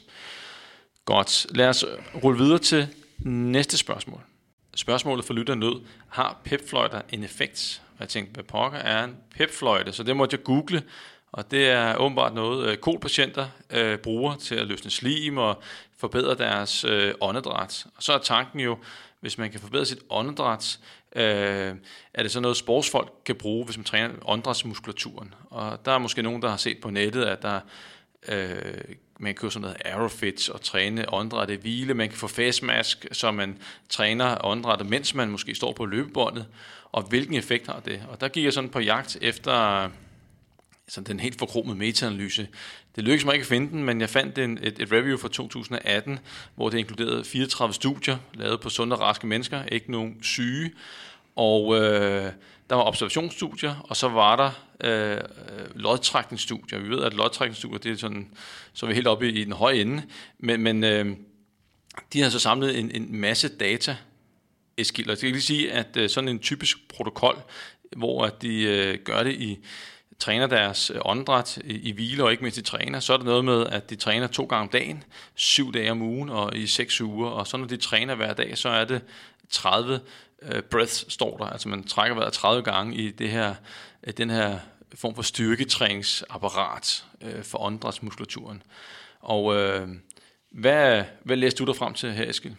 Godt. Lad os rulle videre til næste spørgsmål. Spørgsmålet for lytteren lød, har pepfløjter en effekt? Og jeg tænkte, hvad pokker er en pepfløjte? Så det måtte jeg google, og det er åbenbart noget, øh, kolpatienter øh, bruger til at løsne slim og forbedre deres øh, åndedræt. Og så er tanken jo, hvis man kan forbedre sit åndedræt, øh, er det så noget, sportsfolk kan bruge, hvis man træner åndedrætsmuskulaturen. Og der er måske nogen, der har set på nettet, at der øh, man kan køre sådan noget aerofit og træne åndedrættet i hvile. Man kan få face mask, så man træner åndedrættet, mens man måske står på løbebåndet. Og hvilken effekt har det? Og der gik jeg sådan på jagt efter sådan den helt forkromede meta-analyse. Det lykkedes mig ikke at finde den, men jeg fandt en, et, et review fra to tusind atten, hvor det inkluderede fireogtredive studier, lavet på sunde og raske mennesker, ikke nogen syge. Og øh, der var observationsstudier, og så var der øh, lodtrækningsstudier. Vi ved, at lodtrækningsstudier, det er sådan, så er vi helt oppe i, i den høje ende. Men, men øh, de har så samlet en, en masse data, Eskild. Og jeg kan lige sige, at øh, sådan en typisk protokol, hvor at de øh, gør det i, træner deres åndedræt i, i hvile, og ikke mindst de træner, så er det noget med, at de træner to gange om dagen, syv dage om ugen og i seks uger. Og så når de træner hver dag, så er det tredive breaths, står der. Altså man trækker vejret tredive gange i det her, den her form for styrketræningsapparat øh, for åndedrætsmuskulaturen. Og øh, hvad, hvad læste du der frem til her, Eskild?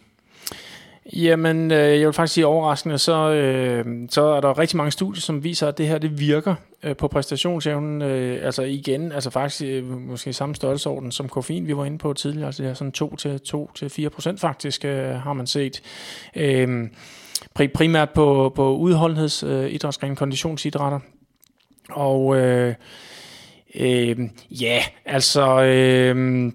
Jamen, øh, jeg vil faktisk sige overraskende, så, øh, så er der rigtig mange studier, som viser, at det her det virker øh, på præstationsevnen. Øh, altså igen, altså faktisk øh, måske samme størrelsesorden som koffein, vi var inde på tidligere. Altså det er sådan to til fire procent faktisk, øh, har man set. Øh, primært på, på udholdenhedsidrætsgren, øh, konditionsidrætter. Og øh, øh, ja, altså øh,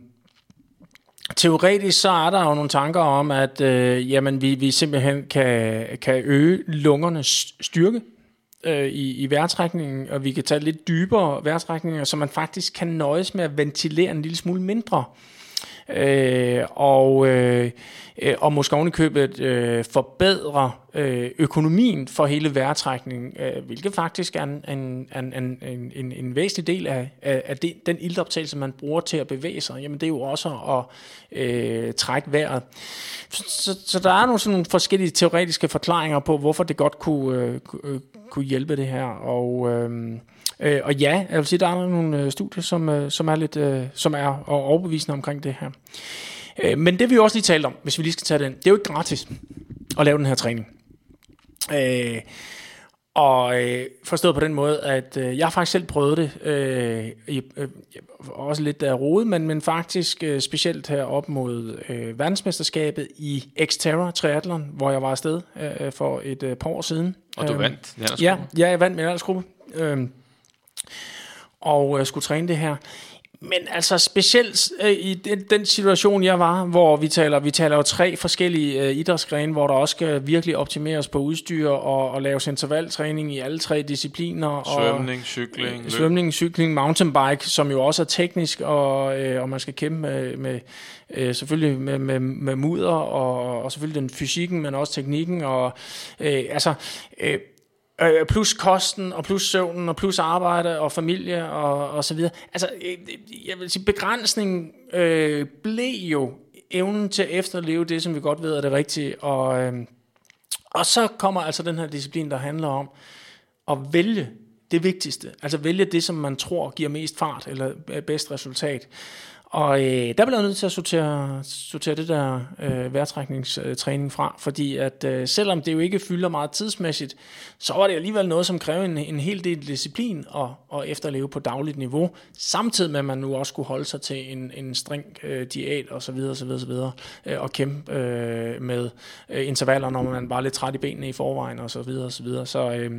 teoretisk så er der jo nogle tanker om, at øh, jamen, vi, vi simpelthen kan, kan øge lungernes styrke øh, i, i vejrtrækningen, og vi kan tage lidt dybere vejrtrækninger, så man faktisk kan nøjes med at ventilere en lille smule mindre. Øh, og, øh, og måske ovenikøbet øh, forbedre øh, økonomien for hele vejrtrækningen, øh, hvilket faktisk er en, en, en, en, en, en væsentlig del af, af, af det, den iltoptagelse, man bruger til at bevæge sig. Jamen det er jo også at øh, trække vejret. Så, så der er nogle sådan forskellige teoretiske forklaringer på, hvorfor det godt kunne, øh, kunne hjælpe det her. Og øh, Øh, og ja, jeg vil sige, der er nogle øh, studier, som, øh, som er lidt, øh, som er overbevisende omkring det her. Øh, men det vi jo også lige talt om, hvis vi lige skal tage den, det er jo ikke gratis at lave den her træning. Øh, og øh, forstået på den måde, at øh, jeg har faktisk selv prøvet det, øh, i, øh, også lidt af rode, men, men faktisk øh, specielt her op mod øh, verdensmesterskabet i Xterra Triathlon, hvor jeg var afsted øh, for et øh, par år siden. Og du øh, vandt? Ja, ja, jeg vandt med en aldersgruppe. Øh, og øh, skulle træne det her. Men altså specielt øh, i den, den situation, jeg var, hvor vi taler, vi taler jo tre forskellige øh, idrætsgrene, hvor der også skal virkelig optimeres på udstyr og, og laves intervaltræning i alle tre discipliner. Svømning, cykling, øh, svømning, cykling, mountainbike, som jo også er teknisk, og, øh, og man skal kæmpe med, med øh, selvfølgelig med, med, med mudder, og, og selvfølgelig den fysikken, men også teknikken, og øh, altså... Øh, plus kosten, og plus søvnen, og plus arbejde, og familie, og, og så videre. Altså, jeg vil sige, begrænsningen øh, blev jo evnen til at efterleve det, som vi godt ved er det rigtige. Og, øh, og så kommer altså den her disciplin, der handler om at vælge det vigtigste. Altså vælge det, som man tror giver mest fart, eller bedst resultat. Og øh, der blev jeg nødt til at sortere, sortere det der øh, vejrtrækningstræning fra, fordi at øh, selvom det jo ikke fylder meget tidsmæssigt, så var det alligevel noget, som kræver en, en hel del disciplin og, og efterleve på dagligt niveau, samtidig med at man nu også skulle holde sig til en, en streng øh, diæt og så videre, så videre, så videre, øh, og kæmpe øh, med øh, intervaller, når man var lidt træt i benene i forvejen og så videre, så videre. Så øh,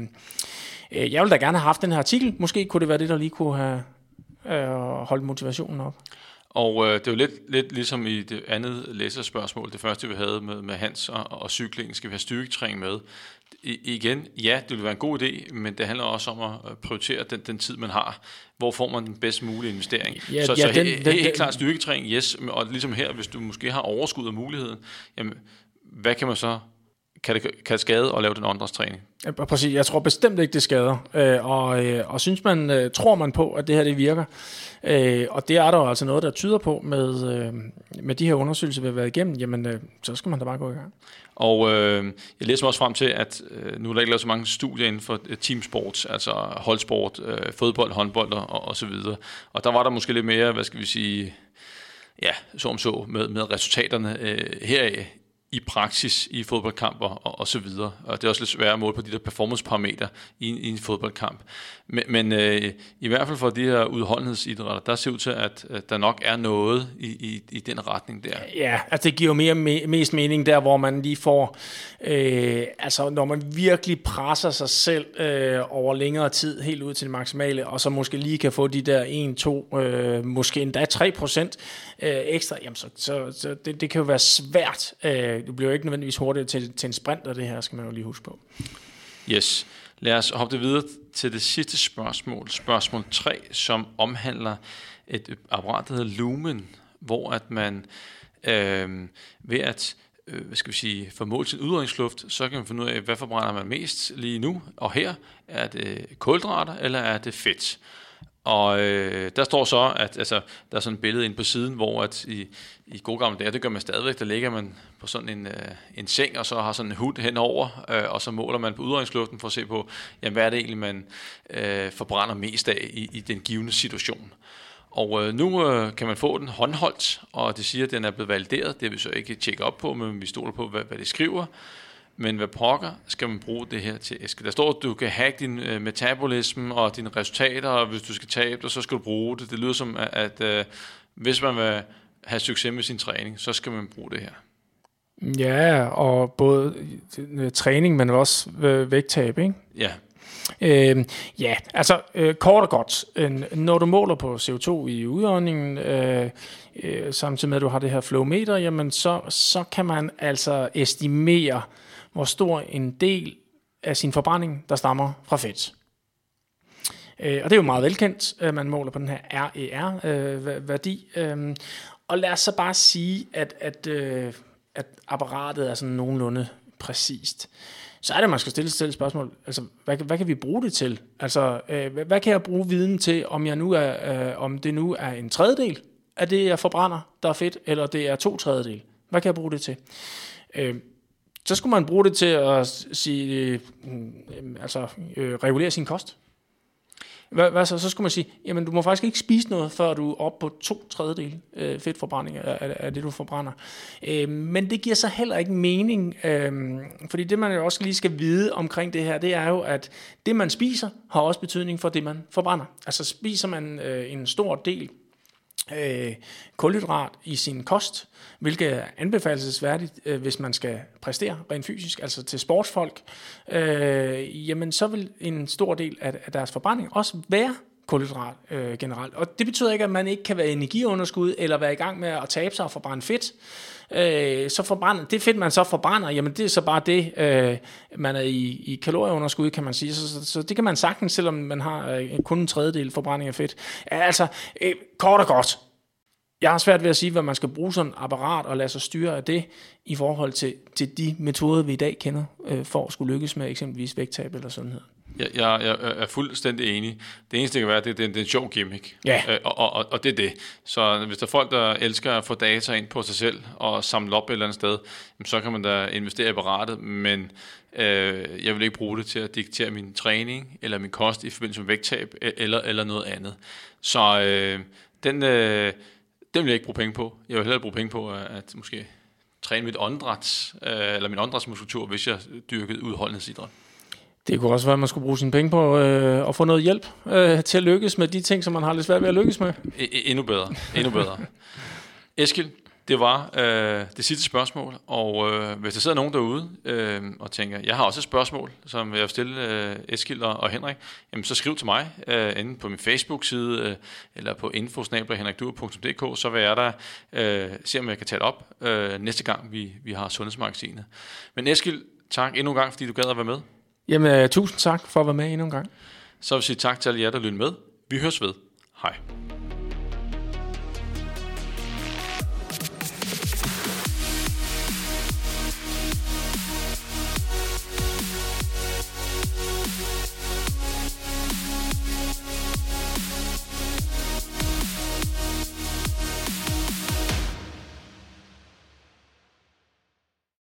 øh, jeg ville da gerne have haft den her artikel. Måske kunne det være det, der lige kunne have øh, holdt motivationen op. Og øh, det er jo lidt, lidt ligesom i det andet læserspørgsmål, det første vi havde med, med Hans og, og cyklingen, skal vi have styrketræning med. I, igen, ja, det vil være en god idé, men det handler også om at prioritere den, den tid, man har. Hvor får man den bedst mulige investering? Ja, så ja, så den, helt, den, helt den, klart styrketræning, yes, og ligesom her, hvis du måske har overskud af muligheden, jamen, hvad kan man så... Kan det, kan det skade at lave den åndedrætstræning? Ja, præcis. Jeg tror bestemt ikke, det skader. Øh, og, øh, og synes man, øh, tror man på, at det her det virker. Øh, og det er der jo altså noget, der tyder på med, øh, med de her undersøgelser, vi har været igennem. Jamen, øh, så skal man da bare gå i gang. Og øh, jeg læser mig også frem til, at øh, nu er der ikke lavet så mange studier inden for øh, teamsports, altså holdsport, øh, fodbold, håndbold og, og så videre. Og der var der måske lidt mere, hvad skal vi sige, ja, så om så, med, med resultaterne øh, heraf i praksis i fodboldkamper og, og så videre. Og det er også lidt svært at måle på de der performance-parametre i, i en fodboldkamp. Men, men øh, i hvert fald for de her udholdenhedsidrætter, der ser ud til, at, at der nok er noget i, i, i den retning der. Ja, altså det giver jo mere, me, mest mening der, hvor man lige får, øh, altså når man virkelig presser sig selv øh, over længere tid, helt ud til det maksimale, og så måske lige kan få de der en, to, øh, måske endda tre procent øh, ekstra, jamen så, så, så det, det kan jo være svært. Øh, det bliver jo ikke nødvendigvis hurtigt til, til en sprint, og det her skal man jo lige huske på. Yes. Lad os hoppe videre til det sidste spørgsmål, spørgsmål tre, som omhandler et apparat, der hedder Lumen, hvor at man øh, ved at øh, hvad skal vi sige, få målt sin udredningsluft, så kan man finde ud af, hvad forbrænder man mest lige nu, og her er det kulhydrater, eller er det fedt? Og øh, der står så, at altså, der er sådan et billede inde på siden, hvor at i, i gode gamle dage, det gør man stadigvæk, der ligger man på sådan en, øh, en seng, og så har sådan en hud henover, øh, og så måler man på udredningsluften for at se på, jamen, hvad er det egentlig, man øh, forbrænder mest af i, i den givne situation. Og øh, nu øh, kan man få den håndholdt, og det siger, at den er blevet valideret. Det har vi så ikke tjekket op på, men vi stoler på, hvad, hvad det skriver. Men hvad pokker skal man bruge det her til, Eske? Der står, at du kan hacke din øh, metabolisme og dine resultater, og hvis du skal tabe dig, så skal du bruge det. Det lyder som, at, at øh, hvis man vil have succes med sin træning, så skal man bruge det her. Ja, og både træning, men også vægttab, ikke? Ja. Øh, ja, altså øh, kort og godt. Øh, når du måler på C O to i udåndingen, øh, øh, samtidig med at du har det her flowmeter, jamen så, så kan man altså estimere, hvor stor en del af sin forbrænding, der stammer fra fedt. Øh, og det er jo meget velkendt, at man måler på den her R E R-værdi. Øh, øh, og lad os så bare sige, at, at, øh, at apparatet er sådan nogenlunde præcist. Så er det, man skal stille sig selv et spørgsmål. Altså, hvad, hvad kan vi bruge det til? Altså, øh, hvad, hvad kan jeg bruge viden til, om jeg nu er, øh, om det nu er en tredjedel af det, jeg forbrænder, der er fedt, eller det er to tredjedel? Hvad kan jeg bruge det til? Øh, så skulle man bruge det til at sige, øh, altså, øh, regulere sin kost. Hvad, hvad så? Så skulle man sige, jamen du må faktisk ikke spise noget, før du er oppe på to tredjedel øh, fedtforbrænding af, af, af det, du forbrænder. Øh, men det giver så heller ikke mening, øh, fordi det, man jo også lige skal vide omkring det her, det er jo, at det, man spiser, har også betydning for det, man forbrænder. Altså spiser man øh, en stor del øh, kulhydrat i sin kost, hvilket er anbefalesværdigt, øh, hvis man skal præstere rent fysisk, altså til sportsfolk, øh, jamen så vil en stor del af, af deres forbrænding også være kulhydrat øh, generelt. Og det betyder ikke, at man ikke kan være i energiunderskud, eller være i gang med at tabe sig og forbrænde fedt. Øh, så forbrænder, det fedt, man så forbrænder, jamen det er så bare det, øh, man er i, i kalorieunderskud, kan man sige. Så, så, så det kan man sagtens, selvom man har øh, kun en tredjedel forbrænding af fedt. Altså, øh, kort og godt. Jeg har svært ved at sige, hvad man skal bruge sådan et apparat og lade sig styre af det, i forhold til, til de metoder, vi i dag kender, øh, for at skulle lykkes med eksempelvis vægttab eller sundhed. Jeg, jeg, jeg er fuldstændig enig. Det eneste, det kan være, det, det, det er en sjov gimmick. Ja. Øh, og, og, og det er det. Så hvis der er folk, der elsker at få data ind på sig selv og samle op et eller andet sted, så kan man da investere i apparatet, men øh, jeg vil ikke bruge det til at diktere min træning eller min kost i forbindelse med vægttab eller, eller noget andet. Så øh, den... Øh, Den vil jeg ikke bruge penge på. Jeg vil hellere bruge penge på at måske træne mit åndedræts, øh, eller min åndedrætsmuskulatur, hvis jeg dyrkede udholdenhedsidræt. Det kunne også være, at man skulle bruge sine penge på øh, at få noget hjælp øh, til at lykkes med de ting, som man har lidt svært ved at lykkes med. E- endnu bedre. Endnu bedre. Eskild, det var øh, det sidste spørgsmål, og øh, hvis der sidder nogen derude øh, og tænker, jeg har også et spørgsmål, som jeg vil stille øh, Eskild og, og Henrik, jamen så skriv til mig, øh, enten på min Facebook-side, øh, eller på info snabel-a henrik duer punktum d k, så vil jeg der øh, se, om jeg kan tage det op øh, næste gang, vi, vi har Sundhedsmagasinet. Men Eskild, tak endnu en gang, fordi du gad at være med. Jamen, øh, tusind tak for at være med endnu en gang. Så vil jeg sige tak til alle jer, der lytter med. Vi høres ved. Hej.